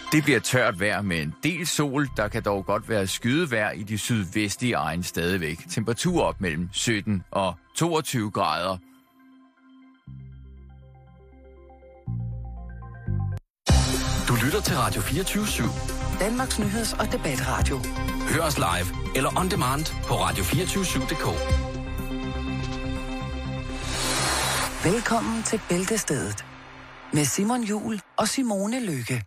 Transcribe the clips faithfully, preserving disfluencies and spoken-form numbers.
Det bliver tørt vejr med en del sol. Der kan dog godt være skydevejr i de sydvestlige egne stadigvæk. Temperatur op mellem sytten og toogtyve grader. Du lytter til Radio fireogtyve syv. Danmarks nyheds- og debatradio. Hør os live eller on demand på radio to fire syv punktum d k. Velkommen til Bæltestedet med Simon Juhl og Simone Lykke.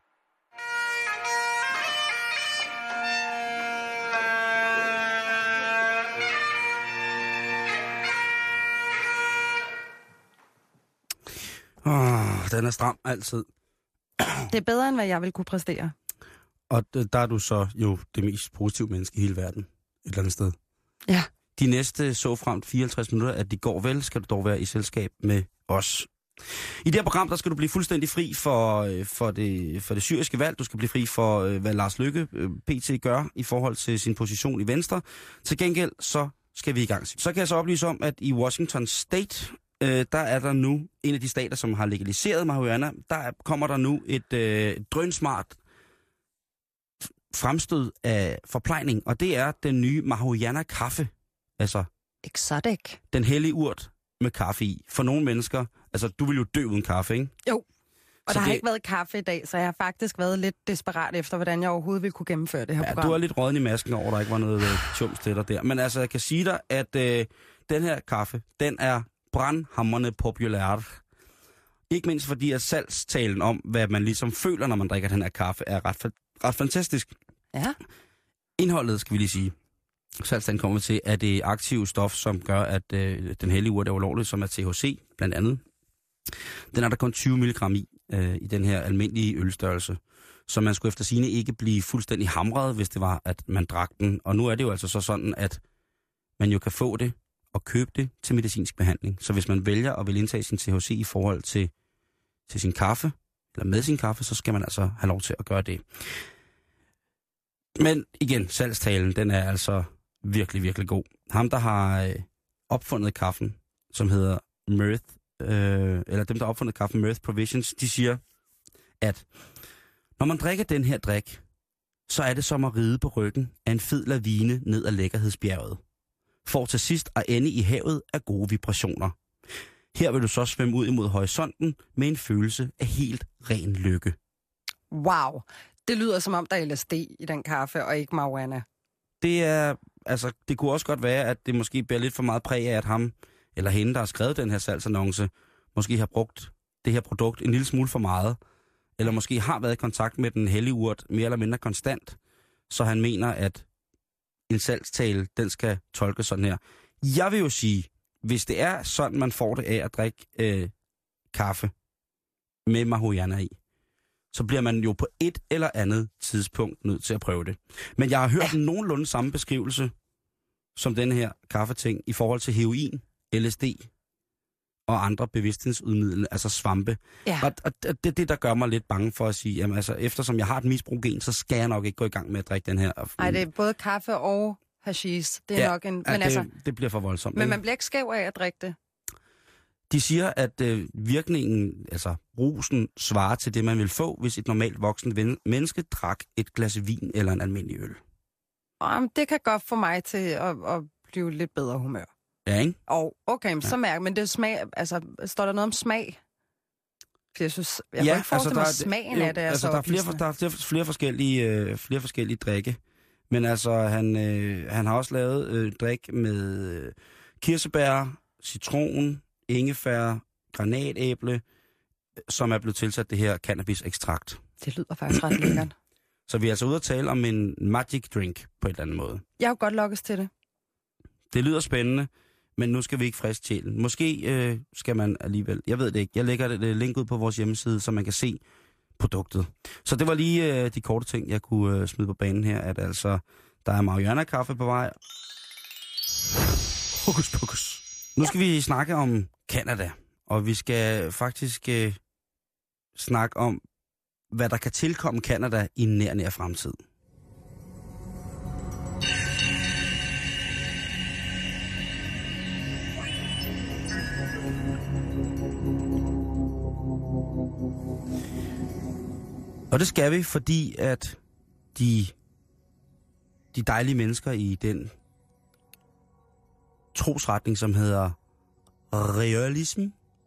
Oh, den er stram altid. Det er bedre, end hvad jeg vil kunne præstere. Og der er du så jo det mest positive menneske i hele verden. Et eller andet sted. Ja. De næste så fremt fireoghalvtreds minutter, at de går vel, skal du dog være i selskab med os. I det her program, der skal du blive fuldstændig fri for, for, det, for det syriske valg. Du skal blive fri for, hvad Lars Løkke P T gør i forhold til sin position i Venstre. Til gengæld, så skal vi i gang. Så kan jeg så oplyse om, at i Washington State, øh, der er der nu en af de stater, som har legaliseret marihuana. Der kommer der nu et øh, drønsmart fremstød af forplejning, og det er den nye marihuana-kaffe. Altså, Exotic. Den hellige urt med kaffe i. For nogle mennesker, altså du vil jo dø uden kaffe, ikke? Jo, og så der det... har ikke været kaffe i dag, så jeg har faktisk været lidt desperat efter, hvordan jeg overhovedet ville kunne gennemføre det her ja, program. Du er lidt rådden i masken over, der ikke var noget øh, tjums til dig der. Men altså, jeg kan sige dig, at øh, den her kaffe, den er brandhamrende populær. Ikke mindst fordi, at salgstalen om, hvad man ligesom føler, når man drikker den her kaffe, er ret, ret fantastisk. Ja. Indholdet, skal vi lige sige. Salgstanden kommer til, at det er aktive stof, som gør, at øh, den hellige urt er ulovlig, som er T H C, blandt andet. Den er der kun tyve milligram i, øh, i den her almindelige ølstørrelse. Så man skulle efter sigende ikke blive fuldstændig hamret, hvis det var, at man drak den. Og nu er det jo altså så sådan, at man jo kan få det og købe det til medicinsk behandling. Så hvis man vælger at vil indtage sin T H C i forhold til, til sin kaffe, eller med sin kaffe, så skal man altså have lov til at gøre det. Men igen, salgstalen, den er altså virkelig, virkelig god. Ham, der har øh, opfundet kaffen, som hedder Mirth, øh, eller dem, der har opfundet kaffen, Mirth Provisions, de siger, at når man drikker den her drik, så er det som at ride på ryggen af en fed lavine ned ad lækkerhedsbjerget. For til sidst at ende i havet af gode vibrationer. Her vil du så svømme ud imod horisonten med en følelse af helt ren lykke. Wow. Det lyder som om, der er L S D i den kaffe, og ikke marijuana. Det er, altså, det kunne også godt være, at det måske bliver lidt for meget præg af, at ham eller hende, der har skrevet den her salgsannonce, måske har brugt det her produkt en lille smule for meget, eller måske har været i kontakt med den hellige urt mere eller mindre konstant, så han mener, at en salgstale, den skal tolkes sådan her. Jeg vil jo sige, hvis det er sådan, man får det af at drikke øh, kaffe med marihuana i, så bliver man jo på et eller andet tidspunkt nødt til at prøve det. Men jeg har hørt ja. nogenlunde samme beskrivelse som den her kaffeting i forhold til heroin, L S D og andre bevidsthedsudmidler, altså svampe. Ja. Og, og det er det, der gør mig lidt bange for at sige, jamen altså, eftersom jeg har et misbrugen, så skal jeg nok ikke gå i gang med at drikke den her. Nej, det er både kaffe og hashish. Det er ja, nok en... Men, ja, det, altså, det bliver for voldsomt. men man bliver ikke skæv af at drikke det. De siger, at øh, virkningen, altså rusen, svarer til det, man vil få, hvis et normalt voksen menneske drak et glas vin eller en almindelig øl. Og det kan godt få mig til at, at blive lidt bedre humør. Ja, ikke? Og okay, så ja. mærker men det smag, altså, står der noget om smag? For jeg synes, jeg ja, kan ikke forestille altså, mig, smagen jo, af det er altså, så der er flere, der er flere, flere, forskellige, øh, flere forskellige drikke. Men altså, han, øh, han har også lavet øh, drik med øh, kirsebær, citron, ingefær, granatæble, som er blevet tilsat det her cannabis-ekstrakt. Det lyder faktisk ret lækkert. Så vi er altså ude at tale om en magic drink på en eller anden måde. Jeg har godt lokkes til det. Det lyder spændende, men nu skal vi ikke friste sjælen. Måske øh, skal man alligevel, jeg ved det ikke, jeg lægger et link ud på vores hjemmeside, så man kan se produktet. Så det var lige øh, de korte ting, jeg kunne øh, smide på banen her, at altså, der er marihuana-kaffe på vej. Hokus pokus. Nu skal ja. vi snakke om Canada, og vi skal faktisk øh, snakke om, hvad der kan tilkomme Canada i nær nær fremtid. Og det skal vi, fordi at de, de dejlige mennesker i den trosretning, som hedder realism,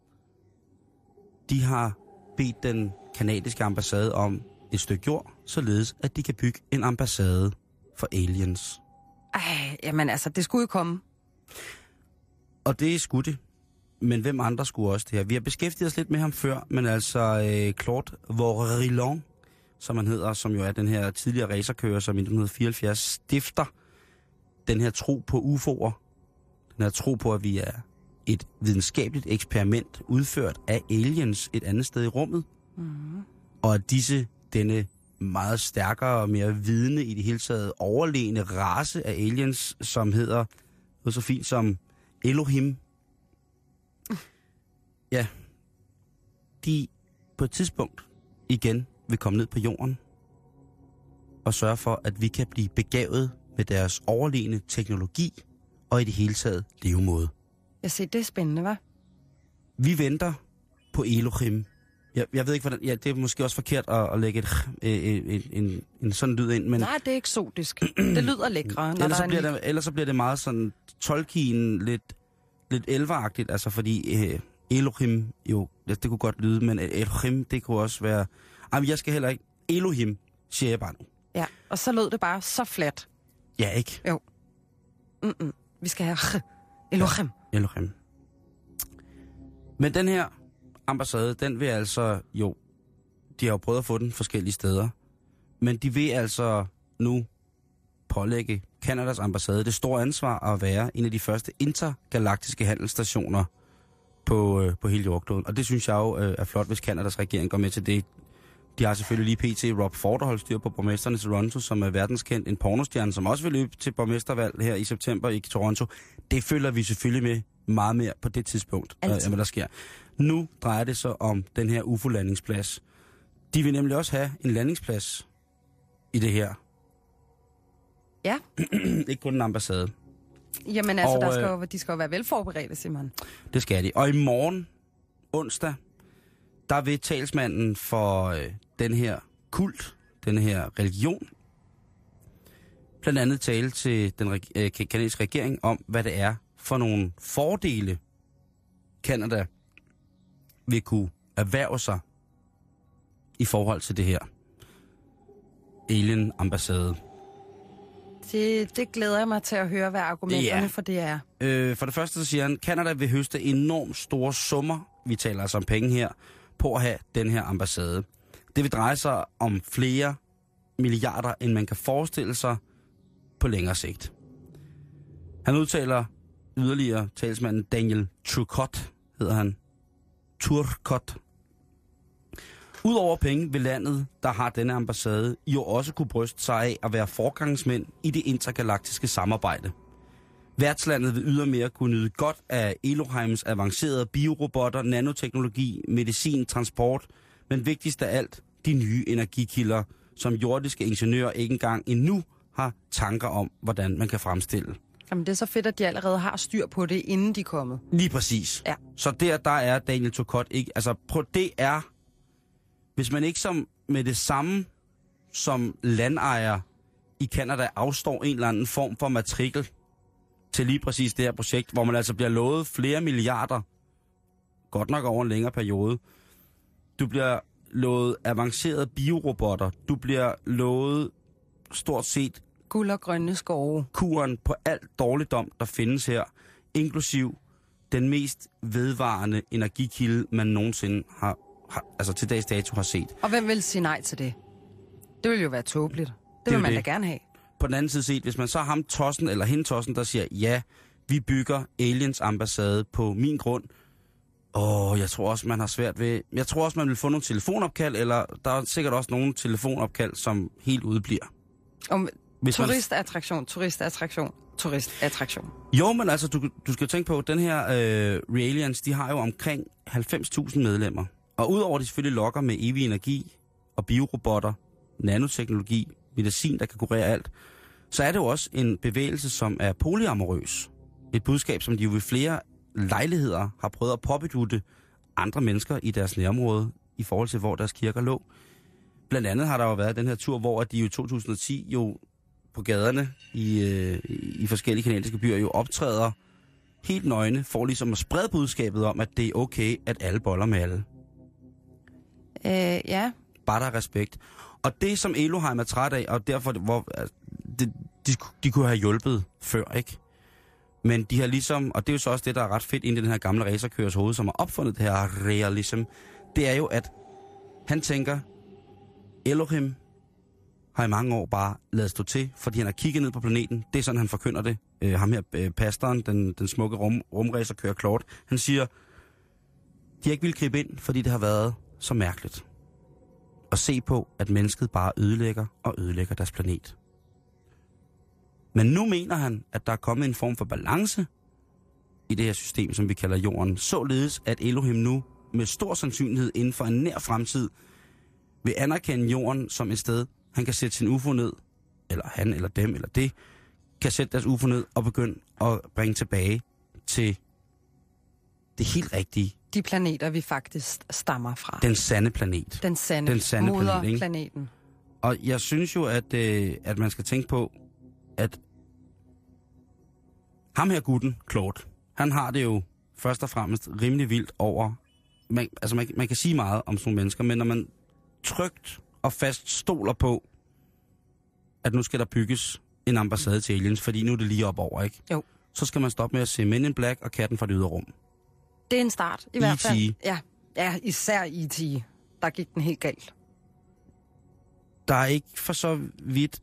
de har bedt den kanadiske ambassade om et stykke jord, således at de kan bygge en ambassade for aliens. Ej, jamen altså, det skulle jo komme. Og det skulle det. Men hvem andre skulle også det her? Vi har beskæftiget os lidt med ham før, men altså øh, Claude Vorilhon, som han hedder, som jo er den her tidligere racerkører, som i nitten fireoghalvfjerds stifter den her tro på U F O'er. Den her tro på, at vi er et videnskabeligt eksperiment udført af aliens et andet sted i rummet. Mm. Og at disse, denne meget stærkere og mere vidende i det hele taget overlegne race af aliens, som hedder noget så fint som Elohim. Ja, de på et tidspunkt igen vil komme ned på jorden og sørge for, at vi kan blive begavet med deres overlegne teknologi og i det hele taget levemåde. Jeg ser, det er spændende, hva'? Vi venter på Elohim. Jeg, jeg ved ikke, hvordan... Ja, det er måske også forkert at, at lægge et, en, en, en, en sådan lyd ind, men... Nej, det er eksotisk. Det lyder lækre. Ellers, så bliver det, ellers så bliver det meget sådan Tolkien, lidt, lidt elveragtigt, altså fordi øh, Elohim, jo, det kunne godt lyde, men Elohim, det kunne også være... Jamen, jeg skal heller ikke... Elohim, siger jeg bare nu. Ja, og så lød det bare så flat. Ja, ikke? Jo. Mm-mm. Vi skal have Elohim. Ja, Elohim. Men den her ambassade, den vil altså jo... De har jo prøvet at få den forskellige steder. Men de vil altså nu pålægge Kanadas ambassade det store ansvar at være en af de første intergalaktiske handelsstationer på, øh, på hele jordkloden. Og det synes jeg jo øh, er flot, hvis Kanadas regering går med til det. De har selvfølgelig lige P T Rob Ford, der holdt styr på borgmesteren i Toronto, som er verdenskendt, en pornostjerne, som også vil løbe til borgmestervalg her i september i Toronto. Det følger vi selvfølgelig med meget mere på det tidspunkt, øh, hvad der sker. Nu drejer det sig om den her U F O-landingsplads. De vil nemlig også have en landingsplads i det her. Ja. Ikke kun en ambassade. Jamen altså, og, der skal jo, de skal jo være velforberedte, Simon. Det skal de. Og i morgen, onsdag, der vil talsmanden for øh, den her kult, den her religion, blandt andet tale til den øh, kanadiske regering om, hvad det er for nogle fordele, Canada vil kunne erhverve sig i forhold til det her alien-ambassade. Det, det glæder jeg mig til at høre, hvad argumenterne ja. for det er. Øh, for det første så siger han, Canada vil høste enormt store summer, vi taler altså om penge her, på at have den her ambassade. Det vil dreje sig om flere milliarder, end man kan forestille sig på længere sigt. Han udtaler yderligere talsmanden Daniel Turcotte, hedder han. Turcotte. Udover penge vil landet, der har denne ambassade, jo også kunne bryste sig af at være forgangsmænd i det intergalaktiske samarbejde. Værtslandet vil ydermere kunne nyde godt af Elohims avancerede biorobotter, nanoteknologi, medicin, transport, men vigtigst af alt, de nye energikilder, som jordiske ingeniører ikke engang endnu har tanker om, hvordan man kan fremstille. Jamen det er så fedt, at de allerede har styr på det, inden de er kommet. Lige præcis. Ja. Så der, der er Daniel Turcotte ikke... Altså, prøv, det er... Hvis man ikke som med det samme som landejer i Canada afstår en eller anden form for matrikel til lige præcis det her projekt, hvor man altså bliver lovet flere milliarder, godt nok over en længere periode. Du bliver lovet avancerede biorobotter. Du bliver lovet stort set guld og grønne skove. Kuren på alt dårligdom, der findes her, inklusiv den mest vedvarende energikilde, man nogensinde har, har altså til dags dato har set. Og hvem vil sige nej til det? Det vil jo være tåbeligt. Det, det vil man det. da gerne have. På den anden side set, hvis man så har ham tossen eller hende tossen, der siger, ja, vi bygger aliens ambassade på min grund. Åh, jeg tror også, man har svært ved... Jeg tror også, man vil få nogle telefonopkald, eller der er sikkert også nogle telefonopkald, som helt udebliver. Om turistattraktion, turistattraktion, turistattraktion. Jo, men altså, du, du skal tænke på, at den her øh, Realians, de har jo omkring halvfems tusind medlemmer. Og udover de selvfølgelig lokker med evig energi og biorobotter, nanoteknologi, medicin, der kan kurere alt, så er det jo også en bevægelse, som er polyamorøs. Et budskab, som de jo ved flere lejligheder har prøvet at påbedutte andre mennesker i deres nærområde, i forhold til, hvor deres kirker lå. blandt andet har der jo været den her tur, hvor de jo i to tusind og ti jo på gaderne i, øh, i forskellige kanadiske byer jo optræder helt nøgne, for ligesom at sprede budskabet om, at det er okay, at alle boller med alle. Øh, ja. Bare der er respekt. Og det, som Elohim er træt af, og derfor, hvor, det, de, de kunne have hjulpet før, ikke? Men de har ligesom, og det er jo så også det, der er ret fedt inde i den her gamle racerkørers hoved, som har opfundet det her realism, det er jo, at han tænker, Elohim har i mange år bare ladet stå til, fordi han har kigget ned på planeten. Det er sådan, han forkynder det. Øh, ham her, øh, pastoren, den, den smukke rum, rumracerkører Claude, han siger, de har ikke ville gribe ind, fordi det har været så mærkeligt at se på, at mennesket bare ødelægger og ødelægger deres planet. Men nu mener han, at der er kommet en form for balance i det her system, som vi kalder jorden, således at Elohim nu med stor sandsynlighed inden for en nær fremtid vil anerkende jorden som et sted, han kan sætte sin U F O ned, eller han, eller dem, eller det, kan sætte deres U F O ned og begynde at bringe tilbage til det helt rigtige. De planeter, vi faktisk stammer fra. Den sande planet. Den sande, Den sande planet, ikke? planeten. Og jeg synes jo, at, øh, at man skal tænke på, at ham her gutten, Claude, han har det jo først og fremmest rimelig vildt over. Man, altså man, man kan sige meget om sådan nogle mennesker, men når man trygt og fast stoler på, at nu skal der bygges en ambassade til aliens, fordi nu er det lige op over, ikke? Jo. Så skal man stoppe med at se Men in Black og Katten fra det ydre rum. Det er en start, i hvert fald. E T Ja, ja, især E T Der gik den helt galt. Der er ikke for så vidt...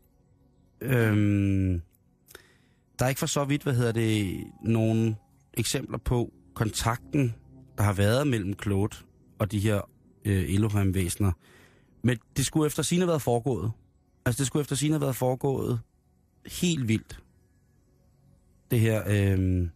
Øhm, der er ikke for så vidt, hvad hedder det, nogle eksempler på kontakten, der har været mellem Claude og de her øh, Elohim-væsener. Men det skulle efter sigende have været foregået. Altså, det skulle efter sigende have været foregået helt vildt. Det her... Øh,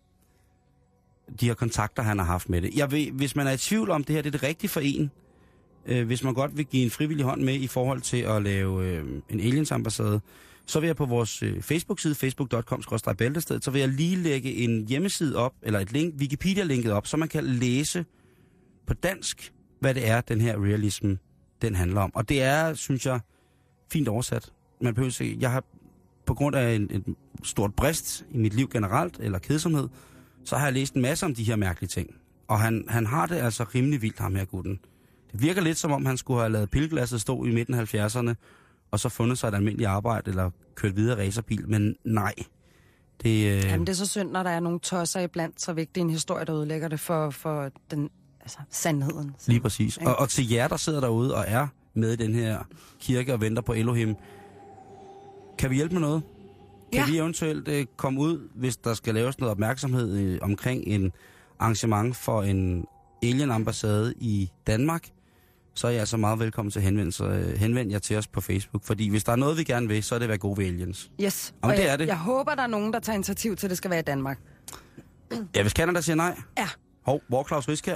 de her kontakter, han har haft med det. Jeg ved, hvis man er i tvivl om, det her det er det rigtige for en, øh, hvis man godt vil give en frivillig hånd med i forhold til at lave øh, en aliens-ambassade, så vil jeg på vores øh, Facebook-side, facebook punktum com skråstreg bæltestedet, så vil jeg lige lægge en hjemmeside op, eller et link, Wikipedia-linket op, så man kan læse på dansk, hvad det er, den her realism, den handler om. Og det er, synes jeg, fint oversat. Man behøver se, jeg har på grund af en, en stort brist i mit liv generelt, eller kedsomhed, så har jeg læst en masse om de her mærkelige ting. Og han, han har det altså rimelig vildt, ham her gutten. Det virker lidt som om, han skulle have lavet pilglasset stå i midten af halvfjerdserne, og så fundet sig et almindeligt arbejde, eller kørt videre racerbil. Men nej. Det, øh... Jamen, det er så synd, når der er nogle tosser iblandt, så vigtig en historie, der udlægger det for, for den, altså, sandheden. Så. Lige præcis. Og, og til jer, der sidder derude og er med i den her kirke og venter på Elohim, kan vi hjælpe med noget? Kan ja. vi eventuelt øh, komme ud, hvis der skal laves noget opmærksomhed øh, omkring en arrangement for en alien-ambassade i Danmark, så er jeg altså meget velkommen til at henvende, øh, henvende jer til os på Facebook. Fordi hvis der er noget, vi gerne vil, så er det at være gode ved aliens. Yes, og, og det jeg, er det. Jeg håber, der er nogen, der tager initiativ til, at det skal være i Danmark. Ja, hvis Canada siger nej. Ja. Hov, hvor er Claus Risk her?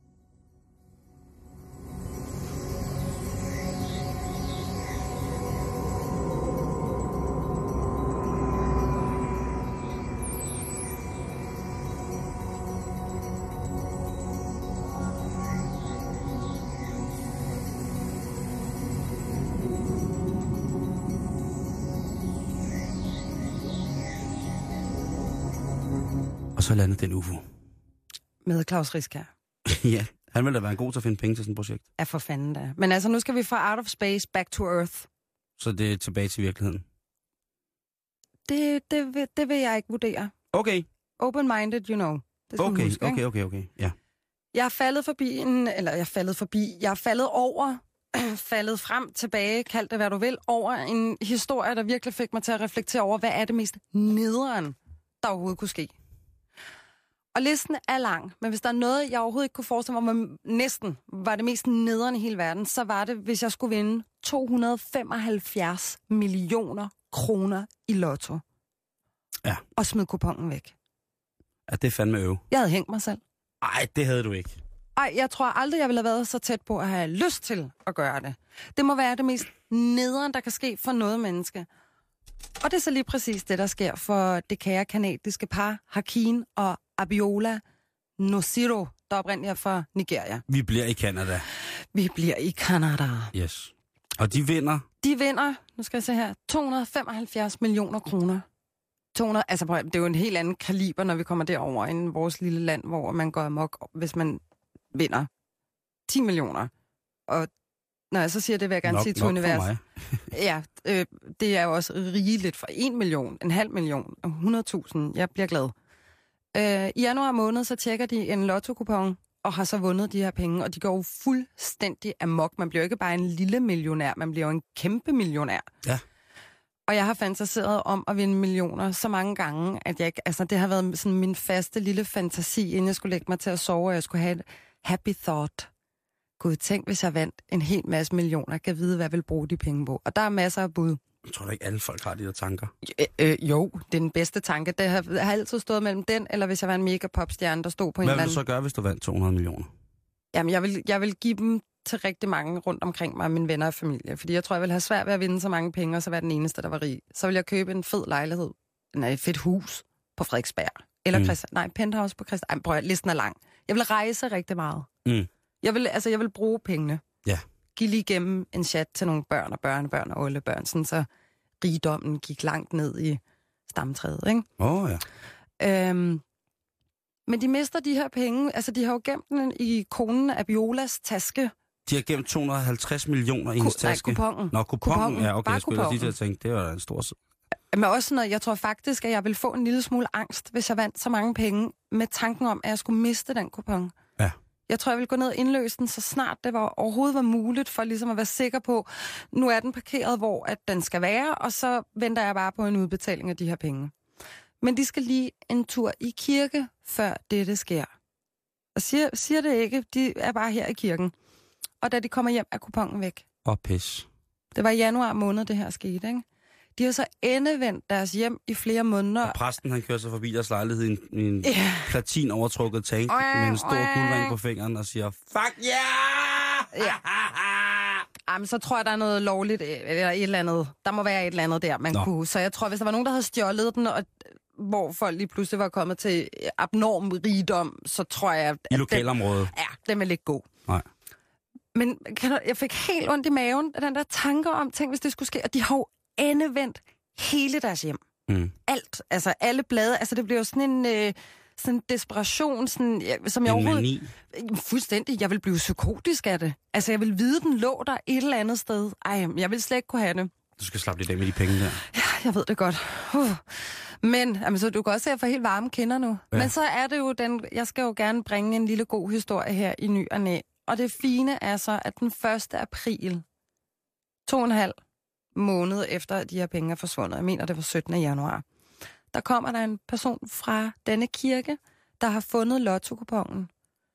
Og så landede den U F O. Med Claus Risk her. Ja, han ville da være god til at finde penge til sådan et projekt. Ja, for fanden da. Men altså, nu skal vi fra out of space back to earth. Så det er tilbage til virkeligheden? Det, det, vil, det vil jeg ikke vurdere. Okay. Open-minded, you know. Det Okay, huske, okay, okay, okay, ja. Jeg er faldet forbi en, eller jeg er faldet forbi, jeg er faldet over, faldet frem, tilbage, kald det hvad du vil, over en historie, der virkelig fik mig til at reflektere over, hvad er det mest nederen, der overhovedet kunne ske. Og listen er lang, men hvis der er noget, jeg overhovedet ikke kunne forestille mig, men næsten var det mest nederen i hele verden, så var det, hvis jeg skulle vinde to hundrede femoghalvfjerds millioner kroner i lotto. Ja. Og smide kupongen væk. Ja, det er fandme øv. Jeg havde hængt mig selv. Ej, det havde du ikke. Ej, jeg tror aldrig, jeg ville have været så tæt på at have lyst til at gøre det. Det må være det mest nederen, der kan ske for noget menneske. Og det er så lige præcis det, der sker for det kære kanadiske par, Hakeem og Abiola Nosiro, der oprindeligt er fra Nigeria. Vi bliver i Canada. Vi bliver i Canada. Yes. Og de vinder? De vinder, nu skal jeg se her, to hundrede og femoghalvfjerds millioner kroner. to hundrede, altså det er jo en helt anden kaliber, når vi kommer derover end vores lille land, hvor man går amok, hvis man vinder ti millioner. Og når jeg så siger det, vil jeg gerne nok, sige til universet. Ja, øh, det er jo også rigeligt for en million, en halv million, hundrede tusind. Jeg bliver glad. Øh, I januar måned, så tjekker de en lotto-kupon, og har så vundet de her penge, og de går jo fuldstændig amok. Man bliver jo ikke bare en lille millionær, man bliver jo en kæmpe millionær. Ja. Og jeg har fantaseret om at vinde millioner så mange gange, at jeg ikke, altså det har været sådan min faste lille fantasi, inden jeg skulle lægge mig til at sove, og jeg skulle have et happy thought. Gud, tænk, hvis jeg vandt en hel masse millioner, kan vide, hvad jeg vil bruge de penge på. Og der er masser af bud. Jeg tror da ikke, alle folk har de der tanker. Øh, øh, jo, det er den bedste tanke. Det har, har altid stået mellem den, eller hvis jeg var en mega popstjerne, der stod på en Hvad eller anden... vil du så gøre, hvis du vandt to hundrede millioner? Jamen, jeg vil, jeg vil give dem til rigtig mange rundt omkring mig, mine venner og familie. Fordi jeg tror, jeg vil have svært ved at vinde så mange penge, og så være den eneste, der var rig. Så vil jeg købe en fed lejlighed, nej, et fedt hus på Frederiksberg. Eller mm. Christian, nej, penthouse på Christian. Ej, prøv at, listen er lang. Jeg vil rejse rigtig meget. Mm. Jeg vil, altså, jeg vil bruge pengene. Ja. Giv lige igennem en chat til nogle børn og børnebørn og oldebørn, sådan så rigdommen gik langt ned i stamtræet, ikke? Åh, oh, ja. Øhm, men de mister de her penge, altså de har jo gemt den i konen af Biolas taske. De har gemt to hundrede og halvtreds millioner i hendes taske? Nej, kupongen. Nå, kupongen. kupongen. Ja, okay, bare jeg skulle kupongen. lige til at tænke, det var en stor... Men også noget, jeg tror faktisk, at jeg ville få en lille smule angst, hvis jeg vandt så mange penge, med tanken om, at jeg skulle miste den kupon. Ja. Jeg tror, jeg ville gå ned og indløse den, så snart det var, overhovedet var muligt, for ligesom at være sikker på, nu er den parkeret, hvor at den skal være, og så venter jeg bare på en udbetaling af de her penge. Men de skal lige en tur i kirke, før dette sker. Og siger, siger det ikke, de er bare her i kirken. Og da de kommer hjem, er kuponen væk. Åh, pis. Det var i januar måned, det her skete, ikke? De har så endevendt deres hjem i flere måneder. Og præsten, han kører så forbi deres lejlighed i en, i en yeah. platin-overtrukket tank øh, med en stor øh. guldring på fingeren og siger, fuck yeah! Ja. Jamen, så tror jeg, der er noget lovligt, eller et eller andet. Der må være et eller andet der, man Nå. kunne. Så jeg tror, hvis der var nogen, der havde stjålet den, og hvor folk lige pludselig var kommet til abnorm rigdom, så tror jeg... I lokalområdet? Ja, den vil ikke gå. Nej. Men kan du, jeg fik helt ondt i maven, den der tanker om, tænk, hvis det skulle ske. Og de har jo endevendt hele deres hjem. Mm. Alt. Altså, alle blade. Altså, det bliver jo sådan en... Øh, sådan en desperation, sådan, ja, som jeg en overhovedet... mani. Fuldstændig. Jeg vil blive psykotisk af det. Altså, jeg vil vide, den lå der et eller andet sted. Ej, jeg vil slet ikke kunne have det. Du skal slappe lidt af med de penge der. Ja, jeg ved det godt. Uh. Men, jamen, så du kan også se, at jeg får helt varme kinder nu. Ja. Men så er det jo den... Jeg skal jo gerne bringe en lille god historie her i ny og næ. Og det fine er så, at den første april, to og en halv måned efter, at de her penge er forsvundet, jeg mener, det var syttende januar, der kommer der en person fra denne kirke, der har fundet lotto-kupongen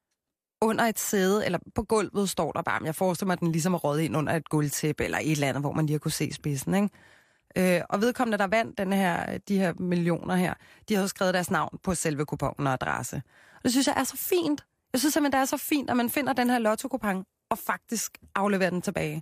under et sæde, eller på gulvet står der bare, jeg forestiller mig, at den ligesom er røget ind under et gulvtæppe, eller et eller andet, hvor man lige har kunne se spidsen, ikke? Øh, og vedkommende, der vandt denne her, de her millioner her, de har jo skrevet deres navn på selve kupongen og adresse. Og det synes jeg er så fint. Jeg synes simpelthen, det er så fint, at man finder den her lotto-kupon og faktisk afleverer den tilbage.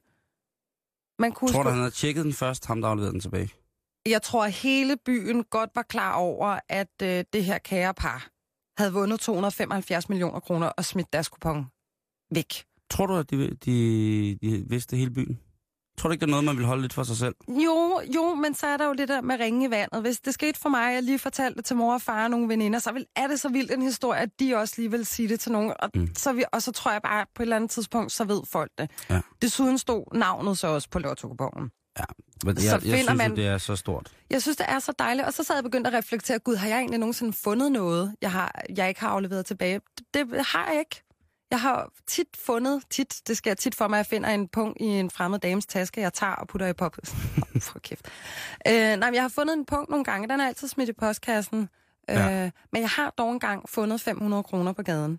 Man kunne tror du, sku... han havde tjekket den først, ham der afleverede den tilbage? Jeg tror, at hele byen godt var klar over, at øh, det her kære par havde vundet to hundrede og femoghalvfjerds millioner kroner og smidt deres kupon væk. Tror du, at de, de, de vidste hele byen? Tror du ikke, det er noget, man vil holde lidt for sig selv? Jo, jo, men så er der jo det der med ringe i vandet. Hvis det skete for mig, jeg lige fortalte det til mor og far og nogle veninder, så vil, er det så vildt en historie, at de også lige vil sige det til nogen. Og, mm. så, vi, og så tror jeg bare, på et eller andet tidspunkt, så ved folk det. Ja. Desuden stod navnet så også på lotto-kuponen. Ja, men jeg, jeg, jeg synes man, det er så stort. Jeg synes, det er så dejligt. Og så sad jeg begyndt at reflektere, gud, har jeg egentlig nogensinde fundet noget, jeg, har, jeg ikke har afleveret tilbage? Det, det har jeg ikke. Jeg har tit fundet, tit, det sker tit for mig, at jeg finder en punkt i en fremmed dames taske, jeg tager og putter i pop. Oh, for kæft. Øh, nej, men jeg har fundet en punkt nogle gange, den er altid smidt i postkassen. Ja. Øh, men jeg har dog engang fundet fem hundrede kroner på gaden.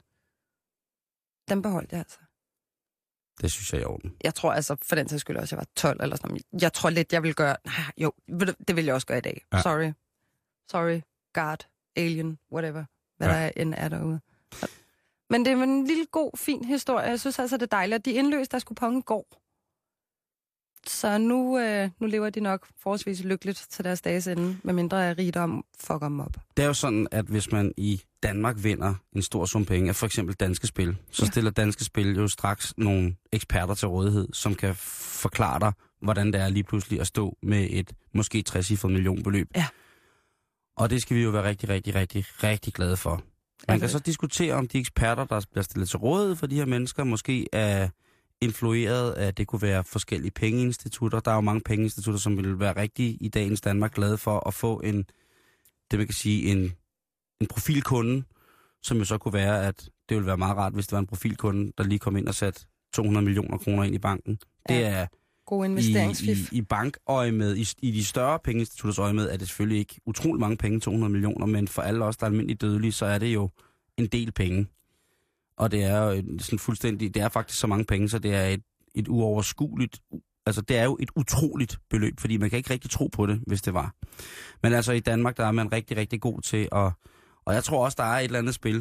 Den beholdt jeg altså. Det synes jeg er i orden. Jeg tror altså, for den sags skyld også, jeg var tolv eller sådan noget. Jeg tror lidt, jeg vil gøre... Nej, jo, det vil jeg også gøre i dag. Ja. Sorry. Sorry. God. Alien. Whatever. Hvad ja. der end er derude. Men det er en lille, god, fin historie. Jeg synes altså, det er dejligt, at de indløste deres kupon i går. Så nu, øh, nu lever de nok forholdsvis lykkeligt til deres dages ende, medmindre rigdom fucker dem op. Det er jo sådan, at hvis man i Danmark vinder en stor sum penge af for eksempel Danske Spil, så ja. stiller Danske Spil jo straks nogle eksperter til rådighed, som kan forklare dig, hvordan det er lige pludselig at stå med et måske trecifret millionbeløb. Ja. Og det skal vi jo være rigtig, rigtig, rigtig, rigtig glade for. Man kan så diskutere, om de eksperter, der bliver stillet til rådighed for de her mennesker, måske er influeret af, at det kunne være forskellige pengeinstitutter. Der er jo mange pengeinstitutter, som vil være rigtig i dagens Danmark glade for at få en, det man kan sige, en, en profilkunde, som jo så kunne være, at det ville være meget rart, hvis det var en profilkunde, der lige kom ind og satte to hundrede millioner kroner ind i banken. Ja. Det er god investeringsfif. I, i, i bankøje med, i, i de større pengeinstitutters øje med, er det selvfølgelig ikke utrolig mange penge, to hundrede millioner, men for alle os, der er almindeligt dødelige, så er det jo en del penge. Og det er jo sådan fuldstændig, det er faktisk så mange penge, så det er et, et uoverskueligt, altså det er jo et utroligt beløb, fordi man kan ikke rigtig tro på det, hvis det var. Men altså i Danmark, der er man rigtig, rigtig god til at, og jeg tror også, der er et eller andet spil,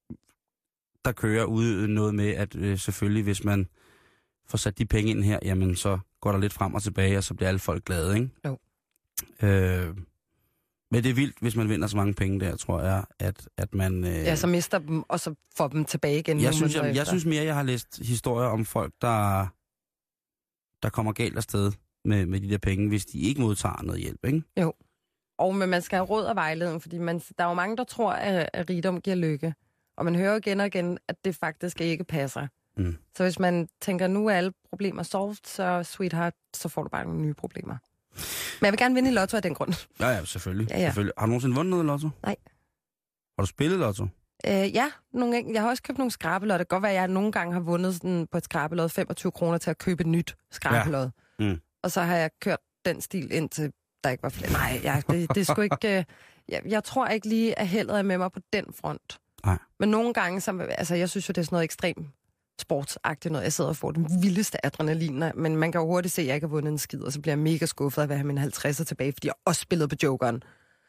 der kører ud noget med, at øh, selvfølgelig, hvis man får sat de penge ind her, jamen så går der lidt frem og tilbage, og så bliver alle folk glade, ikke? Jo. Øh, men det er vildt, hvis man vinder så mange penge der, tror jeg, at, at man... Øh... Ja, så mister dem, og så får dem tilbage igen. Jeg synes, jeg, jeg synes mere, jeg har læst historier om folk, der, der kommer galt afsted med, med de der penge, hvis de ikke modtager noget hjælp, ikke? Jo. Og men man skal have råd og vejledning, fordi man, der er jo mange, der tror, at, at rigdom giver lykke. Og man hører igen og igen, at det faktisk ikke passer. Mm. Så hvis man tænker, nu er alle problemer solved, så sweetheart, så får du bare nogle nye problemer. Men jeg vil gerne vinde i lotto af den grund. Ja, ja, selvfølgelig. Ja, ja. selvfølgelig. Har du nogensinde vundet noget i lotto? Nej. Har du spillet lotto? Øh, ja, nogle, jeg har også købt nogle skrabelodder. Det kan godt være, at jeg nogle gange har vundet sådan på et skrabelod femogtyve kroner til at købe et nyt skrabelod. Ja. Mm. Og så har jeg kørt den stil indtil der ikke var flere. Nej, jeg, det, det er sgu ikke... Øh, jeg, jeg tror ikke lige, at heldet er med mig på den front. Nej. Men nogle gange, så, altså jeg synes jo, det er sådan noget ekstremt sportsagtigt noget. Jeg sidder og får den vildeste adrenalin, men man kan jo hurtigt se, at jeg ikke har vundet en skid, og så bliver jeg mega skuffet af at have mine halvtredser tilbage, fordi jeg også spillede på Jokeren.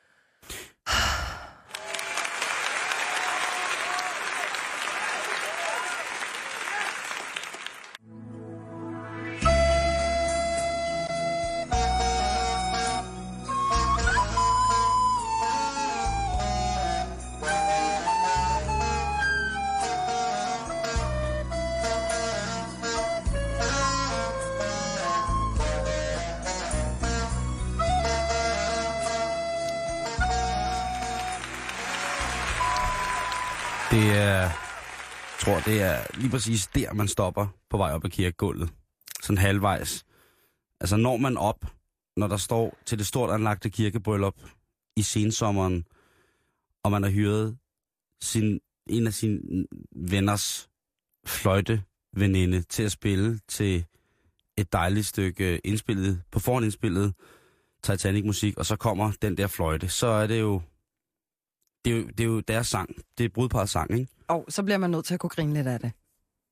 Det er, jeg tror, det er lige præcis der, man stopper på vej op ad kirkegulvet. Sådan halvvejs. Altså når man op, når der står til det stort anlagte kirkebryllup i sensommeren, og man har hyret sin, en af sine venners fløjteveninde til at spille til et dejligt stykke indspillet, på forhånd indspillet Titanic-musik, og så kommer den der fløjte, så er det jo Det er, jo, det er jo deres sang. Det er brudparets sang, ikke? Og så bliver man nødt til at kunne grine lidt af det.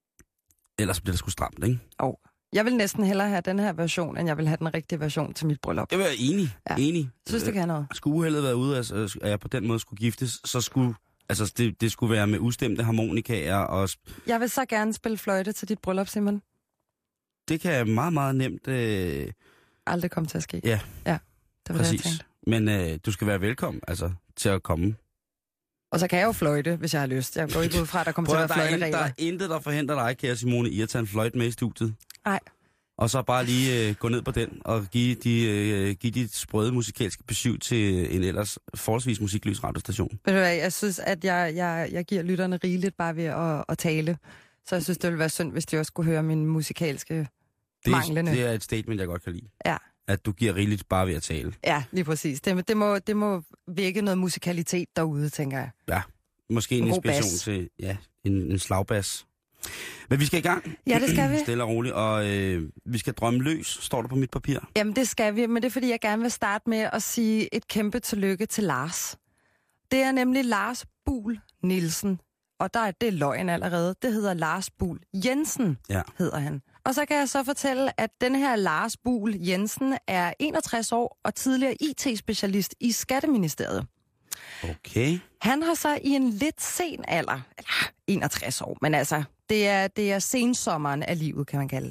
Ellers bliver det sgu stramt, ikke? Og jeg vil næsten hellere have den her version, end jeg vil have den rigtige version til mit bryllup. Jeg vil være enig. Ja. enig. Jeg synes, det kan noget. Skulle uheldet være ude, altså, at jeg på den måde skulle giftes, så skulle altså, det, det skulle være med ustemte harmonikaer. Og... Jeg vil så gerne spille fløjte til dit bryllup, Simon. Det kan meget, meget nemt... Øh... Aldrig komme til at ske. Ja, ja det var præcis. Det, jeg Men øh, du skal være velkommen altså, til at komme. Og så kan jeg jo fløjte, hvis jeg har lyst. Jeg går ikke ud fra, at der kommer til at være fløjteregler. Der er intet, der forhindrer dig, kære Simone, i at tage en fløjte med i studiet. Nej. Og så bare lige øh, gå ned på den og give, de, øh, give dit sprøde musikalske besøg til en ellers forholdsvis musikløs radiostation. Ved du hvad, jeg synes, at jeg, jeg, jeg giver lytterne rigeligt bare ved at, at tale. Så jeg synes, det ville være synd, hvis de også skulle høre min musikalske det, manglende. Det er et statement, jeg godt kan lide. Ja. At du giver rigeligt bare ved at tale. Ja, lige præcis. Det, det, må, det må vække noget musikalitet derude, tænker jeg. Ja, måske en, en inspiration bas. til ja, en, en slagbas. Men vi skal i gang. Ja, det skal vi. Stille og roligt, og øh, vi skal drømme løs, står der på mit papir. Jamen, det skal vi, men det er, fordi jeg gerne vil starte med at sige et kæmpe tillykke til Lars. Det er nemlig Lars Buhl Nielsen, og der er det løgn allerede. Det hedder Lars Buhl Jensen, ja. hedder han. Og så kan jeg så fortælle, at den her Lars Buhl Jensen er enogtres år og tidligere I T-specialist i Skatteministeriet. Okay. Han har så i en lidt sen alder, eller enogtres år, men altså, det er, det er sensommeren af livet, kan man kalde det.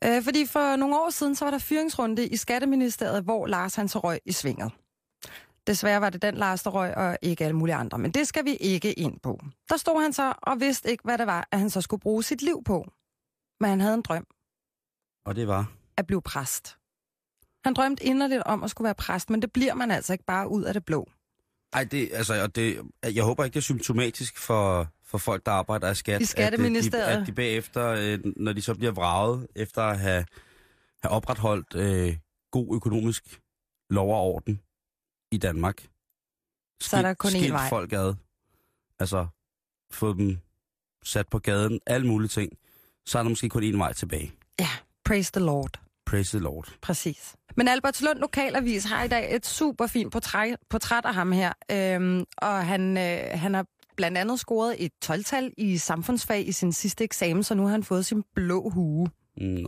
Øh, fordi for nogle år siden, så var der fyringsrunde i Skatteministeriet, hvor Lars han så røg i svinget. Desværre var det den Lars, der røg, og ikke alle mulige andre. Men det skal vi ikke ind på. Der stod han så og vidste ikke, hvad det var, at han så skulle bruge sit liv på. Men han havde en drøm. Og det var? At blive præst. Han drømte inderligt om at skulle være præst, men det bliver man altså ikke bare ud af det blå. Ej, det, altså, og det, jeg håber ikke, det er symptomatisk for, for folk, der arbejder i skat. I Skatteministeriet. At de, at de bagefter, når de så bliver vraget, efter at have, have opretholdt øh, god økonomisk lov og orden i Danmark. Skilt, så er der kun én vej. Folk ad. Altså, få dem sat på gaden, alle mulige ting. Så er der måske kun én vej tilbage. Ja, praise the Lord. Praise the Lord. Præcis. Men Albertslund Lokalavis har i dag et super fint portræt, portræt af ham her. Øhm, og han, øh, han har blandt andet scoret et tolv-tal i samfundsfag i sin sidste eksamen, så nu har han fået sin blå hue. Nå.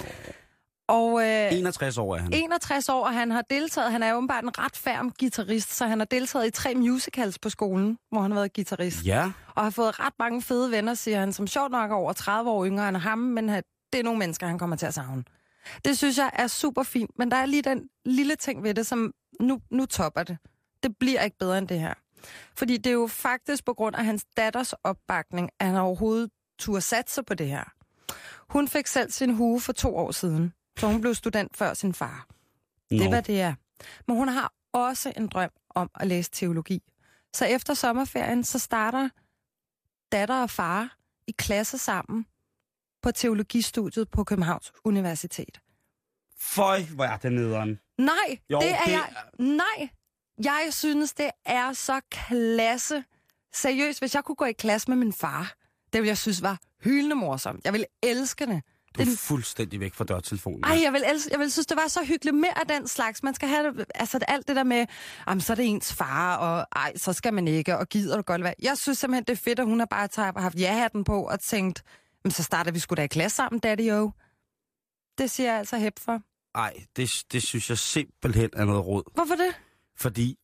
Og, øh, enogtres år er han. enogtres år, og han har deltaget. Han er åbenbart en ret færm guitarist, så han har deltaget i tre musicals på skolen, hvor han har været guitarist. Ja. Og har fået ret mange fede venner, siger han, som sjovt nok er over tredive år yngre end ham, men det er nogle mennesker, han kommer til at savne. Det synes jeg er super fint, men der er lige den lille ting ved det, som nu, nu topper det. Det bliver ikke bedre end det her. Fordi det er jo faktisk på grund af hans datters opbakning, at han overhovedet turde satse på det her. Hun fik selv sin hue for to år siden, så hun blev student før sin far. No. Det var det er. Men hun har også en drøm om at læse teologi. Så efter sommerferien, så starter datter og far i klasse sammen på teologistudiet på Københavns Universitet. Føj, hvor er det nederen. Nej, jo, det er det... jeg. Nej, jeg synes, det er så klasse. Seriøst, hvis jeg kunne gå i klasse med min far, det ville jeg synes var hyldende morsomt. Jeg ville elske det. Du er den... fuldstændig væk fra dørtelefonen. Ej, jeg vil, elske, jeg vil synes, det var så hyggeligt. Mere af den slags. Man skal have det, altså alt det der med, jamen, så er det ens far, og ej, så skal man ikke, og gider du godt være. Jeg synes simpelthen, det er fedt, at hun har bare taget, haft ja-hatten på og tænkt, men så starter vi sgu da i klasse sammen, daddy-o. Det siger jeg altså hæb for. Ej, det, det synes jeg simpelthen er noget råd. Hvorfor det? Fordi,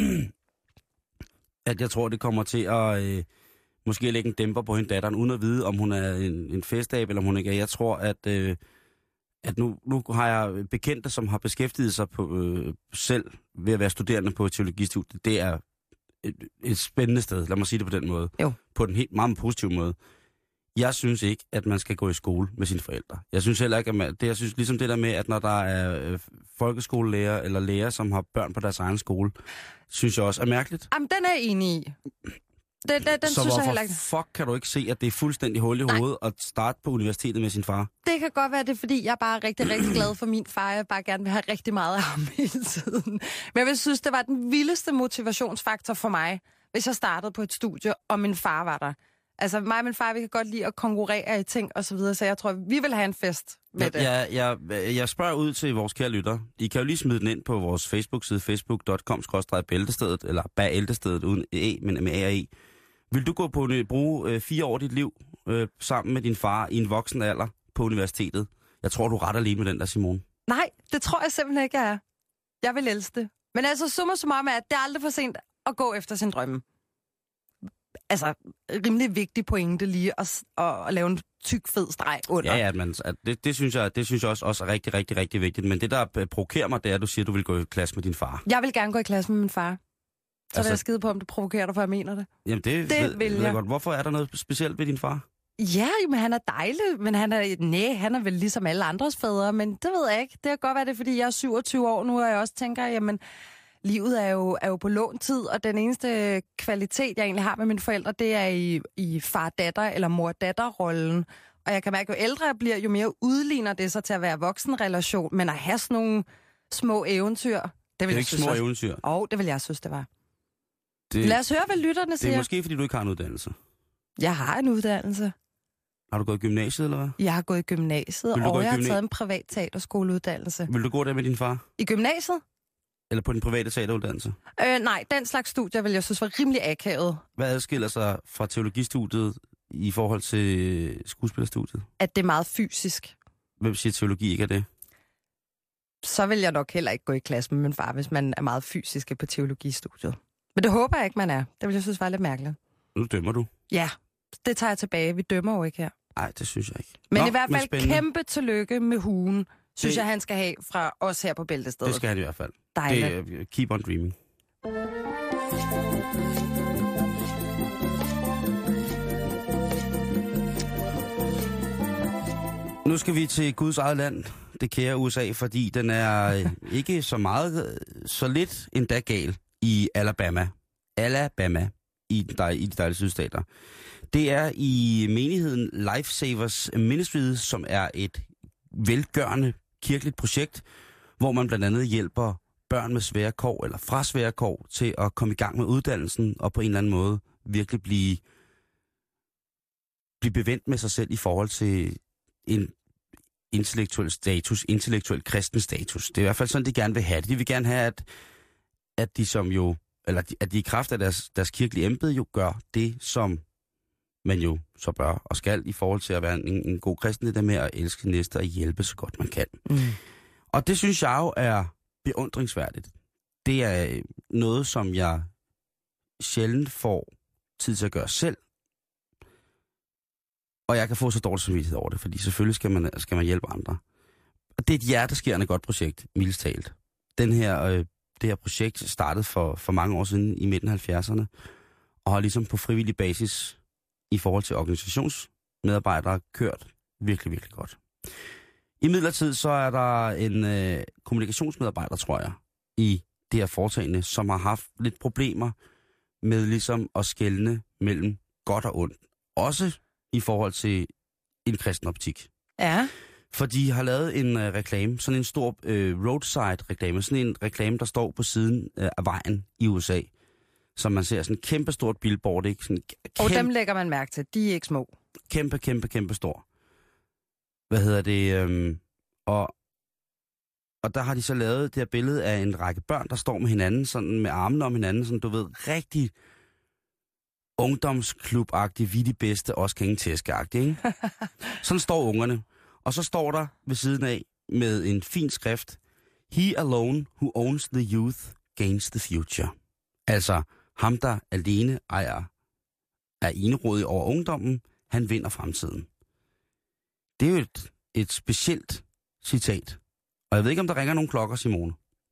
at jeg tror, det kommer til at øh, måske lægge en dæmper på hende datteren, uden at vide, om hun er en, en festab, eller om hun ikke er. Jeg tror, at, øh, at nu, nu har jeg bekendte, som har beskæftiget sig på, øh, selv ved at være studerende på teologistudiet. Det er et, et spændende sted, lad mig sige det på den måde. Jo. På den helt meget positive måde. Jeg synes ikke, at man skal gå i skole med sine forældre. Jeg synes heller ikke, at man, det, jeg synes ligesom det der med, at når der er øh, folkeskolelærer eller lærer, som har børn på deres egen skole, synes jeg også er mærkeligt. Jamen, den er jeg enig i. Den, den, den så synes hvorfor jeg heller ikke. fuck kan du ikke se, at det er fuldstændig hul i Nej. hovedet at starte på universitetet med sin far? Det kan godt være, det er, fordi jeg er bare rigtig, rigtig glad for min far. Jeg bare gerne vil have rigtig meget af ham hele tiden. Men jeg vil synes, det var den vildeste motivationsfaktor for mig, hvis jeg startede på et studie, og min far var der. Altså mig og min far, vi kan godt lide at konkurrere i ting og så videre, så jeg tror, vi vil have en fest med jeg, det. Jeg, jeg, jeg spørger ud til vores kære lytter. I kan jo lige smide den ind på vores Facebook-side, facebook punktum com skråstreg bæltestedet, eller bæltestedet uden e, men med a og e. Vil du gå på at bruge øh, fire år af dit liv øh, sammen med din far i en voksen alder på universitetet? Jeg tror, du er ret alene med den der, Simone. Nej, det tror jeg simpelthen ikke, jeg er. Jeg vil elske det. Men altså, summa summarum er, at det er aldrig for sent at gå efter sin drømme. Altså, rimelig vigtig pointe lige at, at, at lave en tyk, fed streg under. Ja, ja, men at det, det, synes jeg, det synes jeg også, også er rigtig, rigtig, rigtig vigtigt. Men det, der provokerer mig, det er, at du siger, at du vil gå i klasse med din far. Jeg vil gerne gå i klasse med min far. Så altså, vil jeg skide på, om det provokerer dig, for jeg mener det. Jamen, det, det ved, vil jeg. jeg godt. Hvorfor er der noget specielt ved din far? Ja, men han er dejlig, men han er, nej, han er vel ligesom alle andres fædre, men det ved jeg ikke. Det kan godt være det, fordi jeg er syvogtyve år nu, og jeg også tænker, jamen, livet er jo, er jo på lånt tid, og den eneste kvalitet, jeg egentlig har med mine forældre, det er i, i far-datter- eller mor-datter-rollen. Og jeg kan mærke, jo ældre jeg bliver, jo mere udligner det sig til at være voksenrelation, men at have sådan nogle små eventyr, det vil det er jeg ikke synes små også. eventyr. Åh, oh, det vil jeg synes, det var. Det, Lad os høre, hvad lytterne siger. Det er måske, fordi du ikke har en uddannelse. Jeg har en uddannelse. Har du gået i gymnasiet, eller hvad? Jeg har gået i gymnasiet, og gå i jeg gymna- har taget en privat teaterskoleuddannelse. Vil du gå der med din far? I gymnasiet? Eller på den private teateruddannelse? Øh, nej, den slags studier vil jeg synes var rimelig akavet. Hvad adskiller sig fra teologistudiet i forhold til skuespillerstudiet? At det er meget fysisk. Hvem siger, teologi ikke er det? Så vil jeg nok heller ikke gå i klasse med min far, hvis man er meget fysisk på teologistudiet. Men det håber jeg ikke, man er. Det vil jeg synes var lidt mærkeligt. Nu dømmer du. Ja, det tager jeg tilbage. Vi dømmer jo ikke her. Nej, det synes jeg ikke. Men Nå, i hvert fald spændende. kæmpe tillykke med hugen, synes Det- jeg, han skal have fra os her på Bæltestedet. Det skal han i hvert fald. Dejligt. Det, keep on dreaming. Nu skal vi til Guds eget land, det kære U S A, fordi den er ikke så meget, så lidt endda gal i Alabama. Alabama i, der, i de dejlige sydstater. Det er i menigheden Lifesavers Ministries, som er et velgørende kirkeligt projekt, hvor man blandt andet hjælper børn med svære kår eller fra svære kår til at komme i gang med uddannelsen og på en eller anden måde virkelig blive, blive bevendt med sig selv i forhold til en intellektuel status, intellektuel kristen status. Det er i hvert fald sådan, de gerne vil have det. De vil gerne have, at, at de som jo, eller at de i kraft af deres, deres kirkelige embede jo gør det, som man jo så bør og skal i forhold til at være en, en god kristen, det der med at elske næste og hjælpe så godt man kan. Mm. Og det synes jeg jo er beundringsværdigt. Det er noget, som jeg sjældent får tid til at gøre selv. Og jeg kan få så dårlig samvittighed over det, fordi selvfølgelig skal man, skal man hjælpe andre. Og det er et hjerteskærende godt projekt, mildest talt. Den her, øh, det her projekt startede for, for mange år siden i midten af halvfjerdserne, og har ligesom på frivillig basis i forhold til organisationsmedarbejdere kørt virkelig, virkelig godt. I midlertid så er der en øh, kommunikationsmedarbejder, tror jeg, i det her foretagende, som har haft lidt problemer med ligesom at skelne mellem godt og ondt. Også i forhold til en kristen optik. Ja. For de har lavet en øh, reklame, sådan en stor øh, roadside-reklame, sådan en reklame, der står på siden øh, af vejen i U S A, som man ser sådan en kæmpe stort billboard, ikke? Sådan kæmpe, Og dem lægger man mærke til. De er ikke små. Kæmpe, kæmpe, kæmpe stor. Hvad hedder det? Øhm, og, og der har de så lavet det her billede af en række børn, der står med hinanden, sådan med armene om hinanden, sådan du ved, rigtig ungdomsklub-agtig, vi de bedste, også kan ingen tæske-agtig, ikke? Sådan står ungerne. Og så står der ved siden af med en fin skrift, He alone who owns the youth gains the future. Altså, ham der alene ejer, er enerådig over ungdommen, han vinder fremtiden. Det er jo et, et specielt citat. Og jeg ved ikke, om der ringer nogle klokker, Simone.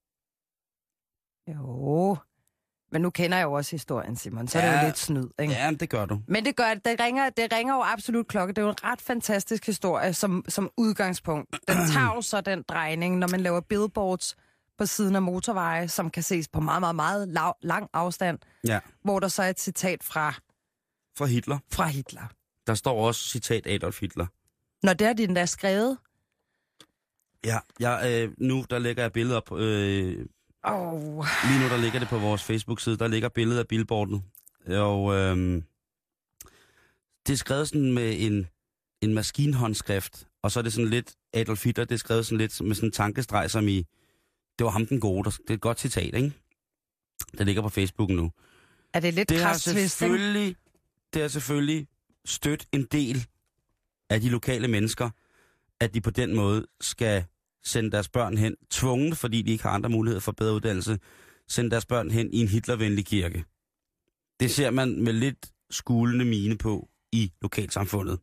Jo, men nu kender jeg jo også historien, Simon, så ja, er det jo lidt snyd, ikke? Ja, det gør du. Men det gør det ringer, det ringer jo absolut klokke. Det er jo en ret fantastisk historie som, som udgangspunkt. Den tager jo så den drejning, når man laver billboards på siden af motorveje, som kan ses på meget, meget, meget lav, lang afstand, Ja. hvor der så er et citat fra, Fra Hitler. fra Hitler. Der står også citat Adolf Hitler. Når det er den der skrevet. Ja, jeg, øh, nu der lægger jeg billeder op. Øh, Oh. lige nu der ligger det på vores Facebook-side. Der ligger billeder af billboardet. Og øh, det er skrevet sådan med en, en maskinhåndskrift. Og så er det sådan lidt Adolf Hitler. Det er skrevet sådan lidt med sådan en tankestreg, som i, det var ham den gode. Det er et godt citat, ikke? Det ligger på Facebook nu. Er det lidt Det har kras twist, ikke? selvfølgelig, det har selvfølgelig stødt en del af de lokale mennesker, at de på den måde skal sende deres børn hen, tvunget, fordi de ikke har andre muligheder for bedre uddannelse, sende deres børn hen i en hitlervenlig kirke. Det ser man med lidt skulende mine på i lokalsamfundet.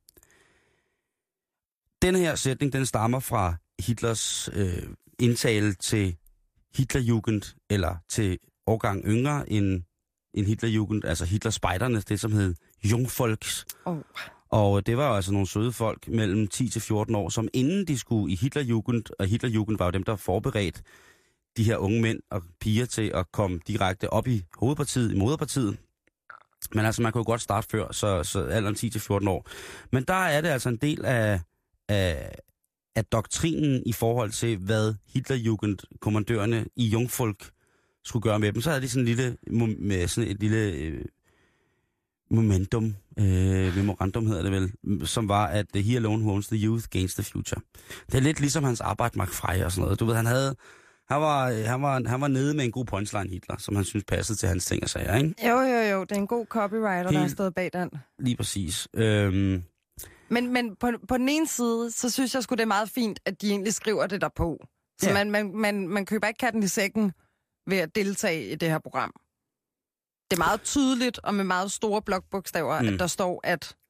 Den her sætning, den stammer fra Hitlers øh, indtale til Hitlerjugend, eller til årgang yngre end, end Hitlerjugend, altså Hitlerspejderne, det som hed Jungvolks. Oh. Og det var jo altså nogle søde folk mellem ti til fjorten år, som inden de skulle i Hitlerjugend, og Hitlerjugend var jo dem, der forberedt de her unge mænd og piger til at komme direkte op i hovedpartiet, i moderpartiet. Men altså, man kunne jo godt starte før, så, så alderen ti til fjorten år. Men der er det altså en del af, af, af doktrinen i forhold til, hvad Hitlerjugend-kommandørerne i Jungvolk skulle gøre med dem. Så havde de sådan, en lille, med sådan et lille øh, momentum, øh, memorandum hedder det vel, som var, at he alone who owns the youth gains the future. Det er lidt ligesom hans arbejde, Mark Frey og sådan noget. Du ved, han havde... Han var, han, var, han var nede med en god punchline, Hitler, som han synes passede til hans ting og sager, ikke? Jo, jo, jo. Det er en god copywriter, Helt... der har stået bag den. Lige præcis. Øhm... Men, men på, på den ene side, så synes jeg sgu, det er meget fint, at de egentlig skriver det der på. Så ja. man, man, man, man køber ikke katten i sækken ved at deltage i det her program. Det er meget tydeligt, og med meget store blokbogstaver, mm. at der står, at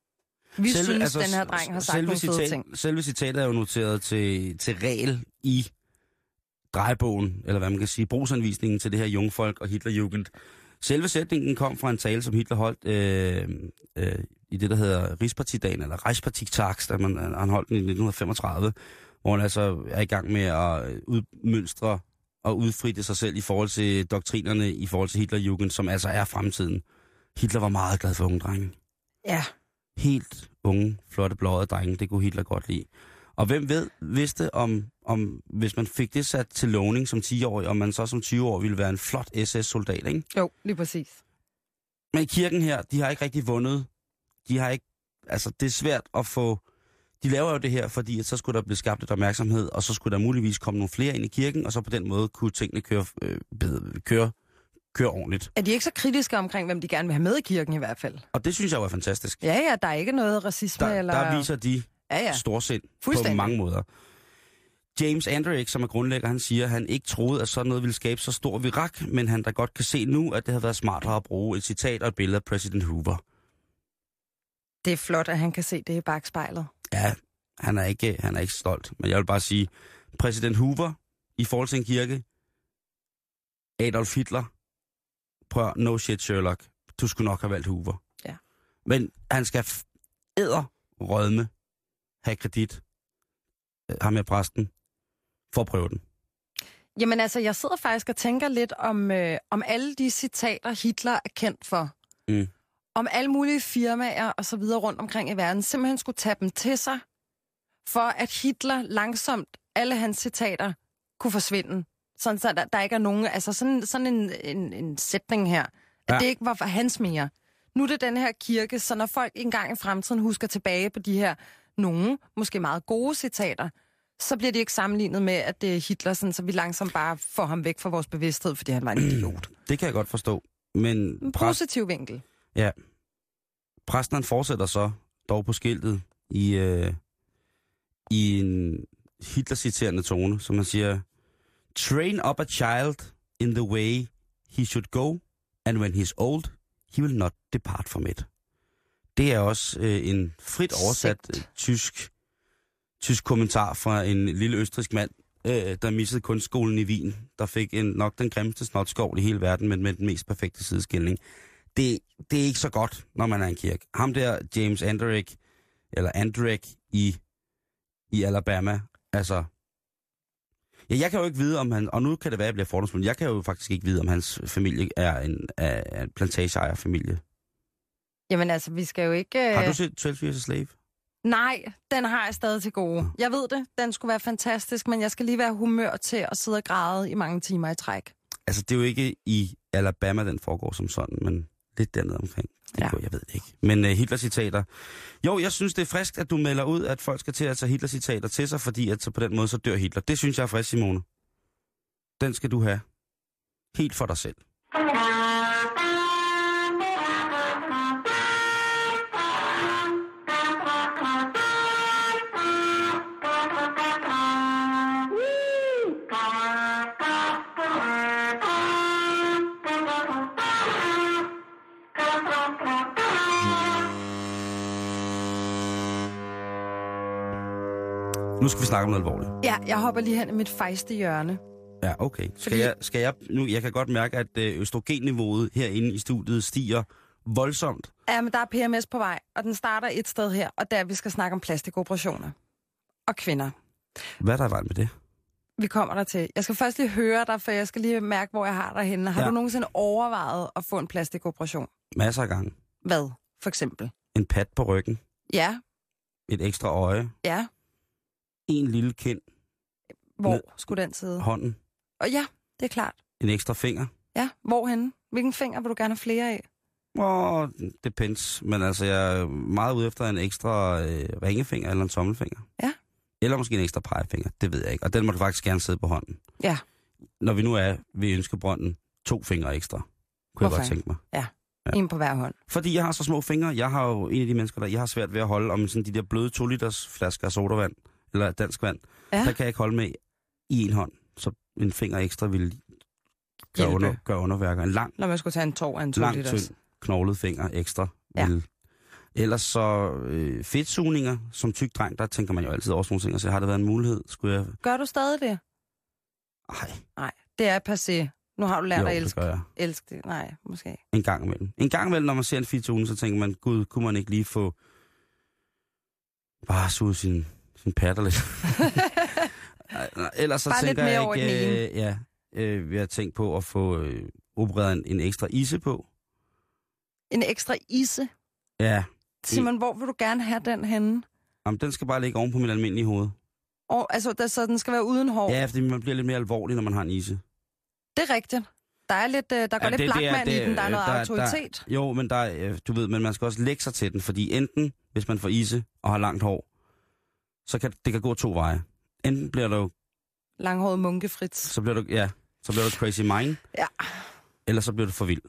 Vi selve, synes, altså, den her dreng har sagt nogle fede ting. Selve citatet er jo noteret til, til regel i drejebogen, eller hvad man kan sige, brugsanvisningen til det her jungfolk og Hitlerjugend. Selve sætningen kom fra en tale, som Hitler holdt øh, øh, i det, der hedder Rigspartidagen, eller Reichspartitags, da man, han holdt den i nitten femogtredive, hvor han altså er i gang med at udmønstre og udfritte sig selv i forhold til doktrinerne, i forhold til Hitlerjugend, som altså er fremtiden. Hitler var meget glad for unge drenge. Ja. Helt unge, flotte, blåede drenge, det kunne Hitler godt lide. Og hvem ved, vidste om, om, hvis man fik det sat til lovning som ti-årig, om man så som tyve-årig ville være en flot S S-soldat, ikke? Jo, lige præcis. Men i kirken her, de har ikke rigtig vundet. De har ikke, altså det er svært at få, de laver jo det her, fordi at så skulle der blive skabt et opmærksomhed, og så skulle der muligvis komme nogle flere ind i kirken, og så på den måde kunne tingene køre, øh, køre, køre ordentligt. Er de ikke så kritiske omkring, hvem de gerne vil have med i kirken i hvert fald? Og det synes jeg var fantastisk. Ja, ja, der er ikke noget racisme der, eller... Der viser de ja, ja. storsind på mange måder. James Andrick, som er grundlægger, han siger, at han ikke troede, at sådan noget ville skabe så stor virak, men han da godt kan se nu, at det havde været smartere at bruge et citat og et billede af præsident Hoover. Det er flot, at han kan se det i bagspejlet. Ja, han er ikke, han er ikke stolt, men jeg vil bare sige, præsident Hoover i forhold til en kirke, Adolf Hitler, prøv, no shit Sherlock, du skulle nok have valgt Hoover. Ja. Men han skal æder rødme, have kredit, ham med præsten, for at prøve den. Jamen altså, jeg sidder faktisk og tænker lidt om, øh, om alle de citater, Hitler er kendt for. Mm. Om alle mulige firmaer og så videre rundt omkring i verden, simpelthen skulle tage dem til sig, for at Hitler langsomt, alle hans citater, kunne forsvinde. Sådan så der, der ikke er nogen, altså sådan, sådan en, en, en sætning her, at ja. Det ikke var for hans mere. Nu er det den her kirke, så når folk engang i fremtiden husker tilbage på de her nogle, måske meget gode citater, så bliver det ikke sammenlignet med, at det er Hitler, sådan, så vi langsomt bare får ham væk fra vores bevidsthed, fordi han var en idiot. Det kan jeg godt forstå. Men en positiv vinkel. Ja. Præsten han fortsætter så dog på skiltet i, øh, i en Hitler-citerende tone, som han siger, train up a child in the way he should go, and when he's old, he will not depart from it. Det er også øh, en frit oversat øh, tysk, tysk kommentar fra en lille østrigsk mand, øh, der missede kunstskolen i Wien, der fik en, nok den grimmeste snotskovl i hele verden, men med den mest perfekte sideskilning. Det, det er ikke så godt, når man er en kirke. Ham der, James Andrick, eller Andrick i, i Alabama, altså... Ja, jeg kan jo ikke vide, om han... Og nu kan det være, at jeg bliver fordomsfuld. Jeg kan jo faktisk ikke vide, om hans familie er en, er en plantageejerfamilie. Jamen altså, vi skal jo ikke... Øh... Har du set tolv Years a Slave? Nej, den har jeg stadig til gode. Jeg ved det, den skulle være fantastisk, men jeg skal lige være humør til at sidde og græde i mange timer i træk. Altså, det er jo ikke i Alabama, den foregår som sådan, men lidt dernede omkring. Det ja. går, jeg ved det ikke. Men uh, Hitler-citater. Jo, jeg synes, det er frisk, at du melder ud, at folk skal til at tage Hitler-citater til sig, fordi at så på den måde, så dør Hitler. Det synes jeg er frisk, Simone. Den skal du have. Helt for dig selv. Nu skal vi snakke om noget alvorligt. Ja, jeg hopper lige hen i mit fejste hjørne. Ja, okay. Skal, Fordi... jeg, skal jeg... Nu, jeg kan godt mærke, at østrogenniveauet herinde i studiet stiger voldsomt. Ja, men der er P M S på vej, og den starter et sted her, og der vi skal snakke om plastikoperationer. Og kvinder. Hvad er der i vejen med det? Vi kommer der til. Jeg skal først lige høre dig, for jeg skal lige mærke, hvor jeg har dig henne. Har ja. du nogensinde overvejet at få en plastikoperation? Masser af gange. Hvad, for eksempel? En pat på ryggen. Ja. Et ekstra øje. Ja. En lille kind. Hvor ned. Skulle den sidde? Hånden. Og ja, det er klart. En ekstra finger. Ja, hvorhenne? Hvilken finger vil du gerne have flere af? Åh, depends. Men altså, jeg er meget ude efter en ekstra øh, ringefinger eller en tommelfinger. Ja. Eller måske en ekstra pegefinger. Det ved jeg ikke. Og den må du faktisk gerne sidde på hånden. Ja. Når vi nu er ved Ønskebrønden, to fingre ekstra. Kunne Hvorfor? Jeg godt tænke mig. Ja. Ja. En på hver hånd. Fordi jeg har så små fingre. Jeg har jo en af de mennesker, der jeg har svært ved at holde om sådan de der bløde to liters flasker af sodavand. Eller dansk vand. Ja. Der kan jeg ikke holde med i en hånd. Så en finger ekstra vil gøre, under, gøre underværker. En lang, når man skulle tage en tår af en to lang, liters. tynd, knoglet finger ekstra ja. vil... Ellers så øh, fedtsugninger som tyk dreng, der tænker man jo altid over sådan nogle ting, og så har det været en mulighed. Skulle jeg... Gør du stadig det? Ej. Nej, det er passé. Nu har du lært Jo, at det elske, gør jeg. elske det. Nej, måske. En gang imellem. En gang imellem, når man ser en fedtsugning, så tænker man, gud, kunne man ikke lige få bare suge sin, sin patter lidt. Ellers så bare tænker lidt jeg mere ikke, over øh, ja, øh, vi har tænkt på at få øh, opereret en, en ekstra ise på. En ekstra ise? Ja. Simon, hvor vil du gerne have den henne? Jamen, den skal bare ligge oven på mit almindelige hoved. Og, altså, der, så den skal være uden hår? Ja, fordi man bliver lidt mere alvorlig, når man har en ise. Det er rigtigt. Der er lidt, der går ja, lidt det, Blachman det er, det, i den, der er noget der, autoritet. Der, jo, men der er, du ved, men man skal også lægge sig til den, fordi enten, hvis man får ise og har langt hår, så kan det kan gå to veje. Enten bliver du... Langhåret munkefrit. Så bliver du, ja, så bliver du crazy mind. Ja. Eller så bliver du for vild.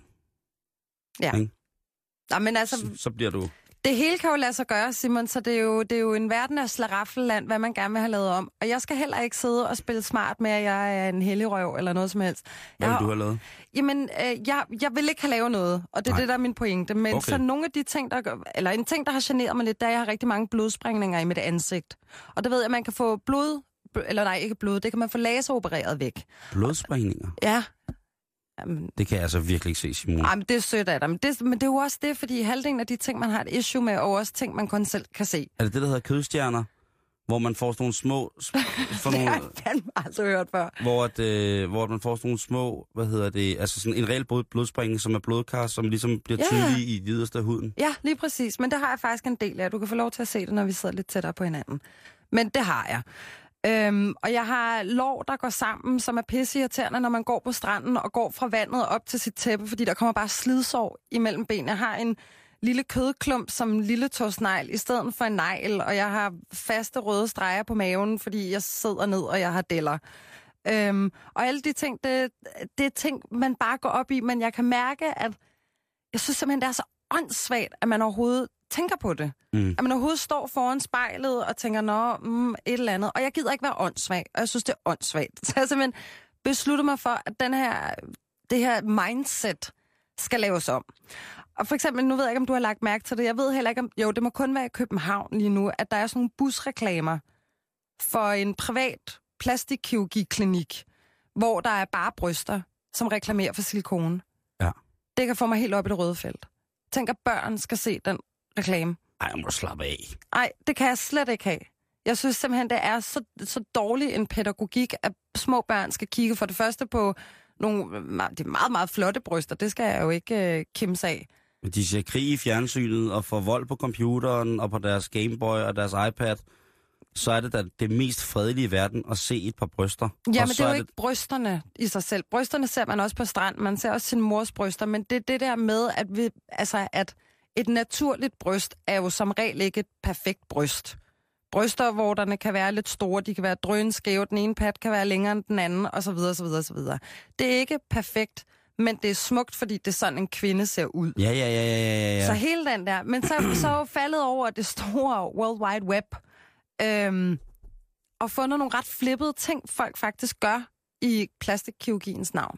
Ja. Ikke? Nå, men altså... Så, så bliver du... Det hele kan jo lade sig gøre, Simon, så det er jo, det er jo en verden af slaraffenland, hvad man gerne vil have lavet om. Og jeg skal heller ikke sidde og spille smart med, at jeg er en helligrøv eller noget som helst. Hvad vil jeg, du have lavet? Jamen, øh, jeg, jeg vil ikke have lavet noget, og det er Nej. det, der er min pointe. Men Okay. så nogle af de ting, der gør, eller en ting, der har generet mig lidt, der er, at jeg har rigtig mange blodsprængninger i mit ansigt. Og der ved jeg, at man kan få blod, eller nej, ikke blod, det kan man få laseropereret væk. Blodsprængninger? Ja. Jamen, Det kan jeg altså virkelig ikke se, Simon. ej, men det er sødt af dig. Men det, men det er jo også det, fordi halvdelen af de ting, man har et issue med, er jo også ting, man kun selv kan se. Er det det, der hedder kødstjerner? Hvor man får sådan nogle små... For Det nogle, har jeg fandme aldrig hørt før. hvor, at, øh, hvor man får sådan nogle små, hvad hedder det, altså sådan en reel blod, blodsprængning, som er blodkar, som ligesom bliver Ja. tydelig i det yderste af huden. Ja, lige præcis. Men det har jeg faktisk en del af. Du kan få lov til at se det, når vi sidder lidt tættere på hinanden. Men det har jeg. Øhm, og jeg har lår, der går sammen, som er pisseirriterende, når man går på stranden og går fra vandet op til sit tæppe, fordi der kommer bare slidsår imellem benene. Jeg har en lille kødklump som en lille tåsnegl i stedet for en negl, og jeg har faste røde streger på maven, fordi jeg sidder ned, og jeg har deller. Øhm, og alle de ting, det, det er ting, man bare går op i, men jeg kan mærke, at jeg synes simpelthen, det er så åndssvagt, at man overhovedet tænker på det. Mm. At man overhovedet står foran spejlet og tænker, nå, mm, et eller andet. Og jeg gider ikke være åndssvag, og jeg synes, det er åndssvagt. Så jeg simpelthen beslutter mig for, at den her, det her mindset skal laves om. Og for eksempel, nu ved jeg ikke, om du har lagt mærke til det. Jeg ved heller ikke, om... Jo, det må kun være i København lige nu, at der er sådan nogle busreklamer for en privat plastikkirurgiklinik, hvor der er bare bryster, som reklamerer for silikone. Ja. Det kan få mig helt op i det røde felt. Tænk, at børn skal se den reklame. Ej, jeg må slappe af. Nej, det kan jeg slet ikke have. Jeg synes simpelthen, det er så, så dårlig en pædagogik, at små børn skal kigge for det første på nogle det er meget, meget flotte bryster. Det skal jeg jo ikke øh, kimse af. De ser krig i fjernsynet og får vold på computeren og på deres Gameboy og deres iPad. Så er det da det mest fredelige i verden at se et par bryster. Ja, og men det er jo det... ikke brysterne i sig selv. Brysterne ser man også på strand. Man ser også sin mors bryster. Men det er det der med, at, vi, altså, at et naturligt bryst er jo som regel ikke et perfekt bryst. Brystervorterne kan være lidt store, de kan være drønskæve, den ene pat kan være længere end den anden, osv. osv., osv. Det er ikke perfekt, men det er smukt, fordi det er sådan, en kvinde ser ud. Ja, ja, ja, ja, ja, ja. Så hele den der. Men så, så er jo faldet over det store World Wide Web, øhm, og fundet nogle ret flippede ting, folk faktisk gør i plastikkirurgiens navn.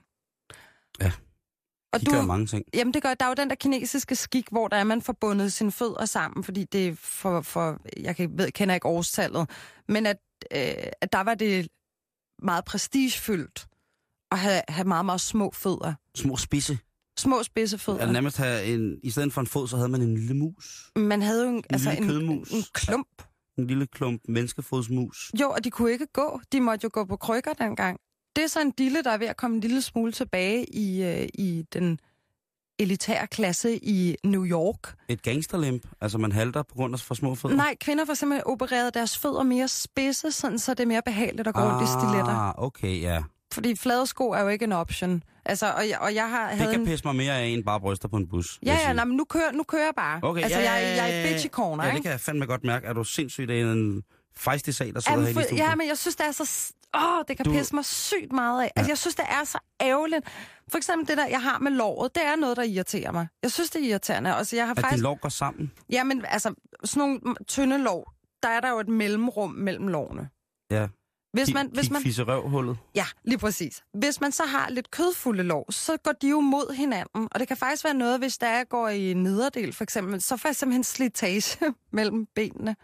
Ja. Og De du, gør mange ting. Jamen det gør, der er jo den der kinesiske skik, hvor der er man forbundet sine fødder sammen, fordi det er for, for jeg kan, ved, kender ikke årstallet, men at, øh, at der var det meget prestigefyldt at have, have meget, meget små fødder. Små spidse. Små spidse fødder. Altså nærmest have en, i stedet for en fod, så havde man en lille mus. Man havde jo en, altså lille en, kødmus. en klump. En lille klump menneskefodsmus. Jo, og de kunne ikke gå. De måtte jo gå på krykker dengang. Det er så en dille, der er ved at komme en lille smule tilbage i, øh, i den elitære klasse i New York. Et gangsterlimp? Altså man halter på grund af for små fødder? Nej, kvinder får simpelthen opereret deres fødder mere spidse, sådan så det er mere behageligt at gå rundt i stiletter. Ah, okay, ja. Fordi flade sko er jo ikke en option. Altså, og jeg, og jeg har... Det havde kan en... pisse mig mere af end bare bryster på en bus. Ja, ja, nej, men nu kører, nu kører jeg bare. Okay, altså, ja, jeg, ja, ja, jeg er i bitchy corner, ja, ikke? det kan jeg fandme godt mærke. Er du sindssygt af en fejstig sag, der sidder Jamen, her i for, studiet? ja, men jeg synes, det er så... Åh, det kan Du- pisse mig sygt meget af. Altså, jeg synes, det er så ærgerligt. For eksempel det der, jeg har med låret, det er noget, der irriterer mig. Jeg synes, det er irriterende. Altså, jeg har At faktisk... din lår går sammen? Jamen, altså, sådan nogle tynde lår, der er der jo et mellemrum mellem lårene. Ja. Hvis man, hvis man, fisserøvhullet. ja, lige præcis. Hvis man så har lidt kødfulde lår, så går de jo mod hinanden. Og det kan faktisk være noget, hvis der går i nederdel, for eksempel, så får jeg simpelthen slitage mellem benene.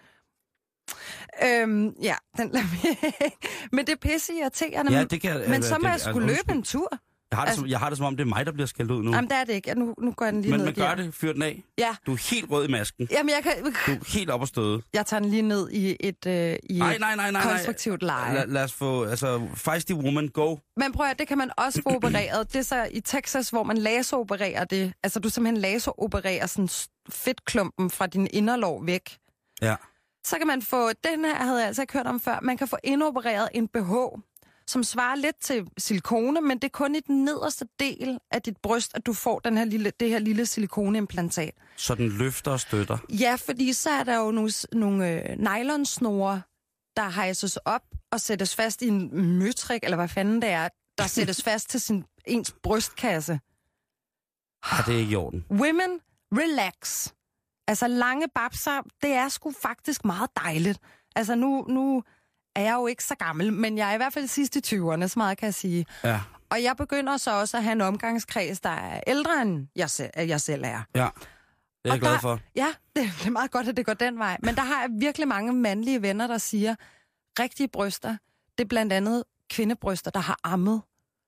Øhm, ja, den lader vi. Men det er pisse irriterende. Ja, det kan, men øh, så må det, jeg skulle altså, løbe en tur. Jeg har, det altså, som, jeg har det som om, det er mig, der bliver skældt ud nu. Jamen, det er det ikke. Nu, nu går jeg den lige men, ned. Men gør der. det, fyr den af. Ja. Du er helt rød i masken. Jamen, jeg kan... Du er helt op at støde. Jeg tager den lige ned i et, øh, i nej, et nej, nej, nej, konstruktivt leje. La, lad os få, altså, feisty woman, go. Men prøv at det kan man også få opereret. Det er så i Texas, hvor man laseropererer det. Altså, du simpelthen laseropererer sådan fedtklumpen fra din inderlår væk. Ja. Så kan man få, den her havde jeg altså ikke hørt om før, man kan få indopereret en B H, som svarer lidt til silikone, men det er kun i den nederste del af dit bryst, at du får den her lille, det her lille silikoneimplantat. Så den løfter og støtter? Ja, fordi så er der jo nogle, nogle øh, nylonsnore, der hejses op og sættes fast i en møtrik, eller hvad fanden det er, der sættes fast til sin, ens brystkasse. Ja, det er ikke i orden. Women, relax. Altså lange babser, det er sgu faktisk meget dejligt. Altså nu... nu er jeg jo ikke så gammel, men jeg er i hvert fald sidst i tyverne, så meget kan jeg sige. Ja. Og jeg begynder så også at have en omgangskreds, der er ældre end jeg selv, jeg selv er. Ja, det er jeg og glad der, for. Ja, det, det er meget godt, at det går den vej. Men der har jeg virkelig mange mandlige venner, der siger, rigtige bryster, det er blandt andet kvindebryster, der har ammet.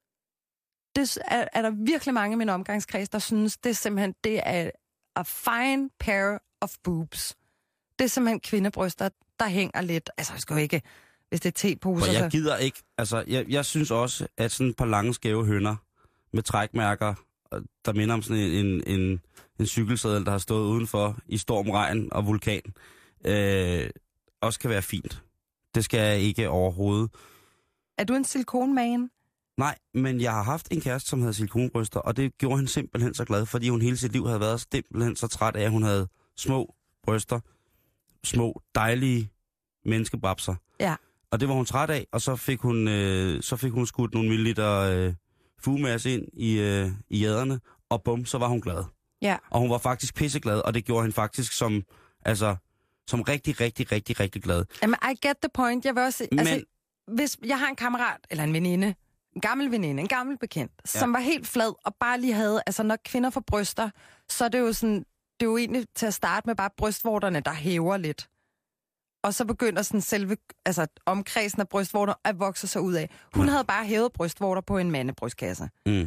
Det er, er der virkelig mange i min omgangskreds, der synes, det er simpelthen, det er a fine pair of boobs. Det er simpelthen kvindebryster, der hænger lidt. Altså, jeg skal jo ikke... Hvis det er teposer, jeg så... gider ikke... Altså, jeg, jeg synes også, at sådan et par lange, skæve hønder med trækmærker, der minder om sådan en, en, en, en cykelsadel, der har stået udenfor i storm, regn og vulkan, øh, også kan være fint. Det skal jeg ikke overhovedet. Er du en silikonman? Nej, men jeg har haft en kæreste, som havde silikonbryster, og det gjorde hende simpelthen så glad, fordi hun hele sit liv havde været simpelthen så træt af, at hun havde små bryster, små, dejlige menneskebabser. Ja. Og det var hun træt af, og så fik hun, øh, så fik hun skudt nogle milliliter øh, fugemasse ind i, øh, i jæderne, og bum, så var hun glad. Ja. Og hun var faktisk pisseglad, og det gjorde hende faktisk som, altså, som rigtig, rigtig, rigtig, rigtig glad. Jamen, I get the point. Jeg vil også... Men, altså, hvis jeg har en kammerat, eller en veninde, en gammel veninde, en gammel bekendt, ja. som var helt flad, og bare lige havde... Altså, når kvinder får bryster, så er det jo sådan... Det er jo egentlig til at starte med bare brystvorterne, der hæver lidt. Og så begynder sådan selve, altså omkredsen af brystvorter at vokse sig ud af. Hun ja. havde bare hævet brystvorter på en mandebrystkasse. Mm.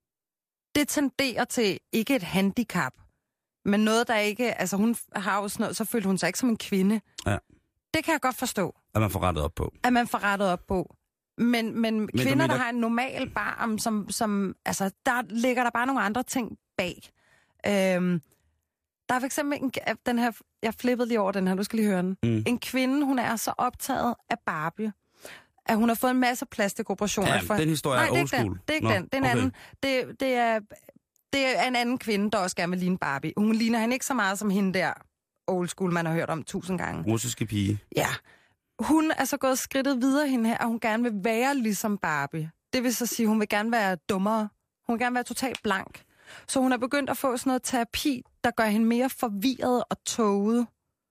Det tenderer til ikke et handicap, men noget, der ikke... Altså hun har jo sådan noget, så følte hun sig ikke som en kvinde. Ja. Det kan jeg godt forstå. At man får rettet op på. At man får rettet op på. Men, men, men kvinder, mener... der har en normal barm, som, som... Altså, der ligger der bare nogle andre ting bag. Øhm, der er for eksempel en, den her... Jeg flippede lige over den her, du skal lige høre den. Mm. En kvinde, hun er så optaget af Barbie, at hun har fået en masse plastikoperationer. Ja, for... den historie Nej, er old school. Den. Det er ikke Nå, den. Det er en okay. anden. Det, det, er, det er en anden kvinde, der også gerne vil ligne Barbie. Hun ligner hende ikke så meget som hende der old school, man har hørt om tusind gange. Russiske pige. Ja. Hun er så gået skridtet videre hende her, at hun gerne vil være ligesom Barbie. Det vil så sige, at hun vil gerne være dummere. Hun vil gerne være totalt blank. Så hun er begyndt at få sådan noget terapi, der gør hende mere forvirret og tåget.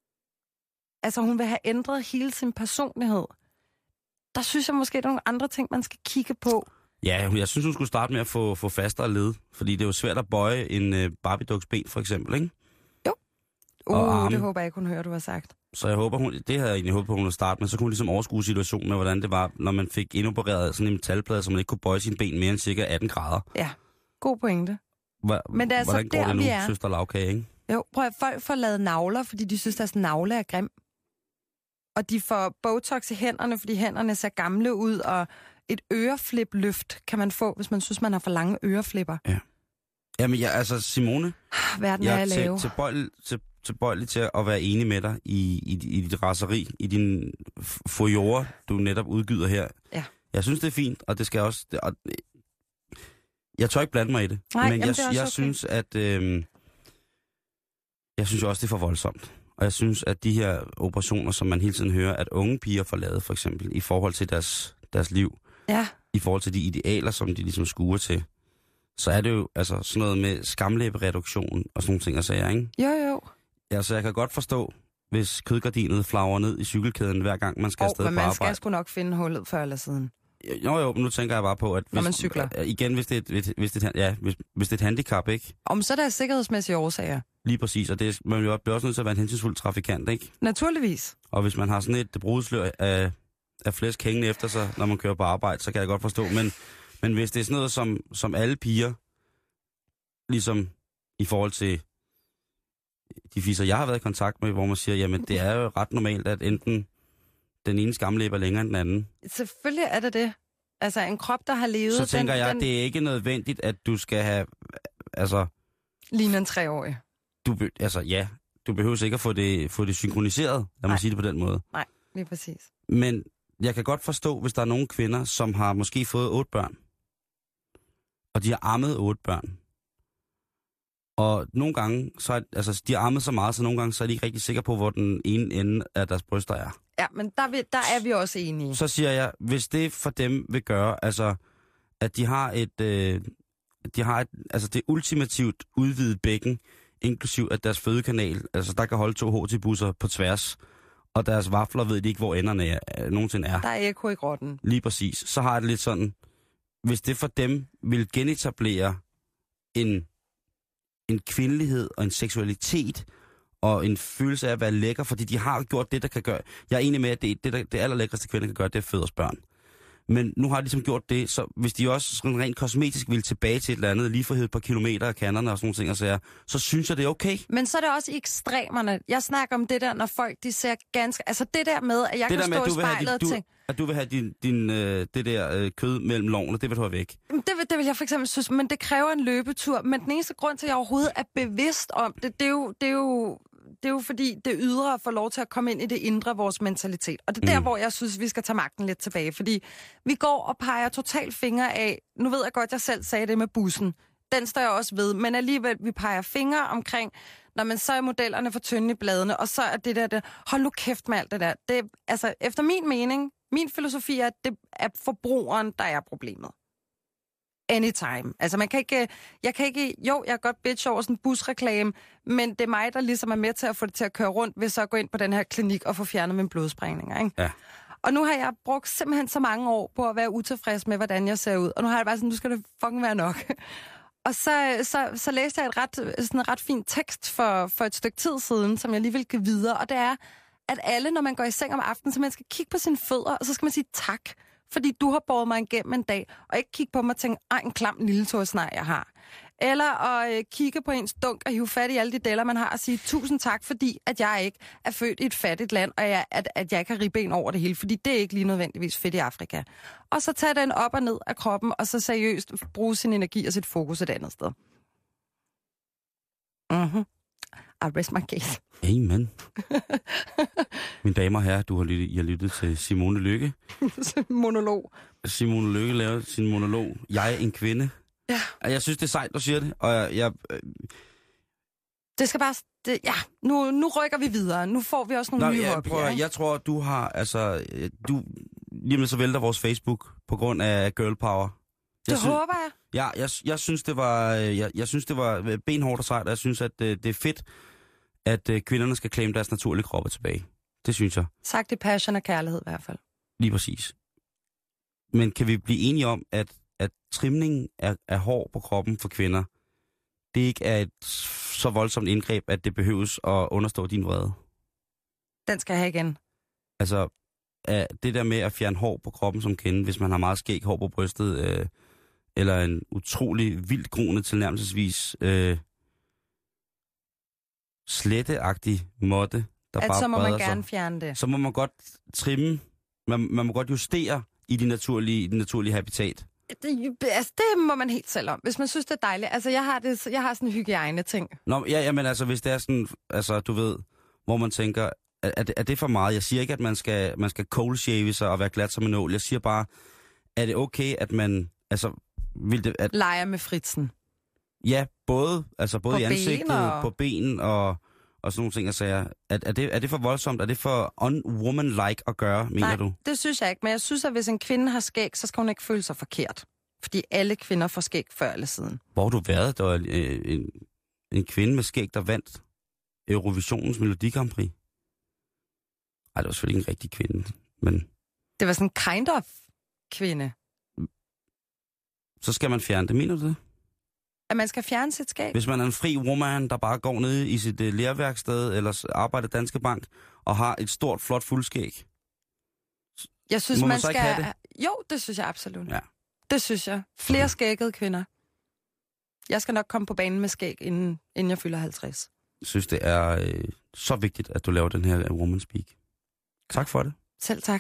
Altså, hun vil have ændret hele sin personlighed. Der synes jeg måske, der er nogle andre ting, man skal kigge på. Ja, jeg synes, hun skulle starte med at få, få fastere led. Fordi det er jo svært at bøje en uh, Barbie-duks ben, for eksempel, ikke? Jo. Uh, det håber jeg ikke, hun hører, du har sagt. Så jeg håber, hun, det havde jeg egentlig håbet på, hun ville starte med. Så kunne hun ligesom overskue situationen med, hvordan det var, når man fik indopereret sådan en metalplade, så man ikke kunne bøje sine ben mere end cirka atten grader. Ja, god pointe. Hva, Men det er hvordan altså går der, det nu, vi er. søster Lavkage, ikke? Jo, prøv at folk får lavet navler, fordi de synes, at navle er grim. Og de får botox i hænderne, fordi hænderne ser gamle ud, og et øreflip-løft kan man få, hvis man synes, man har for lange øreflipper. Ja. Jamen, jeg, altså, Simone, verden jeg er er at til, lave. tilbøjelig, til, tilbøjelig til at være enig med dig i, i, i dit raseri, i din furore, du netop udgyder her. Ja. Jeg synes, det er fint, og det skal også... Det, og, jeg tør ikke blande mig i det, Nej, men jamen, jeg, det er også jeg okay. synes, at... Øh, jeg synes også, det er for voldsomt. Og jeg synes, at de her operationer, som man hele tiden hører, at unge piger får lavet, for eksempel, i forhold til deres, deres liv, ja. i forhold til de idealer, som de ligesom skuer til, så er det jo altså sådan noget med skamlæbereduktion og sådan nogle ting, og sager, ikke? Jo, jo. Ja, så jeg kan godt forstå, hvis kødgardinet flagrer ned i cykelkæden, hver gang man skal oh, afsted på arbejde. arbejde. Men man skal sgu nok finde hullet før eller siden. Jo, jo, men nu tænker jeg bare på, at hvis, når man cykler. Igen, hvis det, er et, hvis, det er et, ja, hvis, hvis det er et handicap, ikke? Om så er der sikkerhedsmæssige årsager. Lige præcis, og det er, man bliver også nødt til at være en hensynsfuld trafikant, ikke? Naturligvis. Og hvis man har sådan et brudslør af, af flæsk hængende efter sig, når man kører på arbejde, så kan jeg godt forstå. Men, men hvis det er sådan noget, som, som alle piger, ligesom i forhold til de fiser, jeg har været i kontakt med, hvor man siger, jamen det er jo ret normalt, at enten den ene skamlæbe er længere end den anden. Selvfølgelig er det det. Altså en krop, der har levet... Så tænker den, jeg, den... det er ikke nødvendigt, at du skal have... Altså... Ligner en treårig. Du be, altså ja, du behøver ikke at få det, få det synkroniseret, lad mig sige det på den måde. Nej, lige præcis. Men jeg kan godt forstå, hvis der er nogle kvinder, som har måske fået otte børn, og de har ammet otte børn. Og nogle gange, så er, altså de har ammet så meget, så nogle gange så er de ikke rigtig sikre på, hvor den ene ende af deres bryster er. Ja, men der, vil, der er vi også enige. Så siger jeg, hvis det for dem vil gøre, altså at de har et, øh, de har et, altså det ultimativt udvidet bækken, inklusiv at deres fødekanal, altså der kan holde to H T-busser på tværs, og deres vafler ved de ikke, hvor enderne er, øh, nogensinde er. Der er ekko i grotten. Lige præcis. Så har jeg det lidt sådan, hvis det for dem vil genetablere en, en kvindelighed og en seksualitet, og en følelse af at være lækker, fordi de har gjort det, der kan gøre... Jeg er enig med, at det, det, der, det allerlækreste kvinder kan gøre, det er at føde os børn. Men nu har de ligesom gjort det, så hvis de også sådan rent kosmetisk vil tilbage til et eller andet, lige for et par kilometer af kanterne og sådan nogle ting, og så, er, så synes jeg, det er okay. Men så er det også i ekstremerne. Jeg snakker om det der, når folk de ser ganske... Altså det der med, at jeg det kan der stå med, i spejlet og du, tænke... At du vil have din, din, øh, det der øh, kød mellem lovene, det vil du have væk. Det vil, det vil jeg for eksempel synes, men det kræver en løbetur. Men den eneste grund til, at jeg overhovedet er bevidst om det, det er jo... Det er jo Det er jo fordi, det ydre får lov til at komme ind i det indre, vores mentalitet. Og det er der, mm. hvor jeg synes, vi skal tage magten lidt tilbage. Fordi vi går og peger totalt fingre af... Nu ved jeg godt, jeg selv sagde det med bussen. Den står jeg også ved. Men alligevel, vi peger fingre omkring, når man så er modellerne for tynde i bladene, og så er det der... Det, hold nu kæft med alt det der. Det, altså, efter min mening, min filosofi er, at det er forbrugeren, der er problemet. Anytime. Altså man kan ikke, jeg kan ikke, jo, jeg kan godt bitch over sådan en busreklame, men det er mig, der ligesom er med til at få det til at køre rundt, ved så at gå ind på den her klinik og få fjernet mine blodsprængninger, ikke? Ja. Og nu har jeg brugt simpelthen så mange år på at være utilfreds med, hvordan jeg ser ud, og nu har jeg bare sådan, nu skal det fucking være nok. Og så, så, så læste jeg et ret, sådan en ret fin tekst for, for et stykke tid siden, som jeg lige vil give videre, og det er, at alle, når man går i seng om aftenen, så man skal kigge på sine fødder, og så skal man sige tak, fordi du har båret mig igennem en dag, og ikke kigge på mig og tænke, ej, en klam lille tåsnej, jeg har. Eller at øh, kigge på ens dunk og hive fat i alle de deller, man har, og sige tusind tak, fordi at jeg ikke er født i et fattigt land, og jeg, at, at jeg ikke har ribben over det hele, fordi det er ikke lige nødvendigvis fedt i Afrika. Og så tage den op og ned af kroppen, og så seriøst bruge sin energi og sit fokus et andet sted. Mhm. I rest my case. Amen. Mine damer og herrer, du har lyttet, I har lyttet til Simone Lykke. Monolog. Simone Lykke laver sin monolog. Jeg er en kvinde. Ja. Jeg synes, det er sejt, du siger det. Og jeg... jeg øh... Det skal bare... Det, ja, nu, nu rykker vi videre. Nu får vi også nogle Nå, nye jeg, hobbyer. prøver, jeg tror, du har... Altså, du... Lige med så vælter vores Facebook på grund af girl power. Det jeg synes, håber jeg. Ja, jeg, jeg, synes, det var, jeg, jeg synes, det var benhårdt og sejt, og jeg synes, at det, det er fedt, at kvinderne skal claim deres naturlige kroppe tilbage. Det synes jeg. Sagt i passion og kærlighed i hvert fald. Lige præcis. Men kan vi blive enige om, at, at trimning af, af hår på kroppen for kvinder, det ikke er et så voldsomt indgreb, at det behøves at understå din vrede? Den skal jeg have igen. Altså, det der med at fjerne hår på kroppen som kvinde, hvis man har meget skæg hår på brystet, øh, eller en utrolig vildt groende tilnærmelsesvis øh, sletteagtig måtte, der at bare så må man breder gerne sig, fjerne det. så må man godt trimme, man, man må godt justere i de naturlige, i de naturlige habitat. Det, altså, det må man helt selv om, hvis man synes, det er dejligt. Altså, jeg har, det, jeg har sådan en hygiejne-ting. Nå, ja, ja, men altså, hvis det er sådan, altså, du ved, hvor man tænker, er, er, det, er det for meget? Jeg siger ikke, at man skal, man skal cold shave sig og være glat som en nål. Jeg siger bare, er det okay, at man, altså, vil det... At, leger med fritsen. Ja, både, altså både på i ansigtet, og... på ben og, og sådan nogle ting, jeg siger. Er, er, det, er det for voldsomt? Er det for unwoman-like at gøre, mener Nej, du? Nej, det synes jeg ikke. Men jeg synes, at hvis en kvinde har skæg, så skal hun ikke føle sig forkert. Fordi alle kvinder får skæg før eller siden. Hvor har du været? Der var en, en kvinde med skæg, der vandt Eurovisionens Melodi Grand Prix. Ej, det var selvfølgelig ikke en rigtig kvinde, men... Det var sådan en kind of kvinde. Så skal man fjerne det, mener du det? At man skal fjerne sit skab? Hvis man er en fri woman, der bare går ned i sit uh, lærværksted eller arbejder i Danske Bank og har et stort, flot fuldskæg. Jeg synes, Må man man så ikke skal... have det? Jo, det synes jeg absolut. Ja. Det synes jeg. Flere okay. skæggede kvinder. Jeg skal nok komme på banen med skæg, inden, inden jeg fylder halvtreds. Jeg synes, det er øh, så vigtigt, at du laver den her uh, Woman Speak. Tak for det. Selv tak.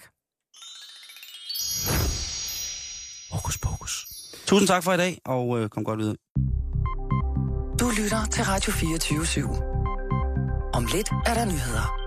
Hokus pokus. Tusind tak for i dag, og øh, kom godt videre. Du lytter til Radio fireogtyve syv. Om lidt er der nyheder.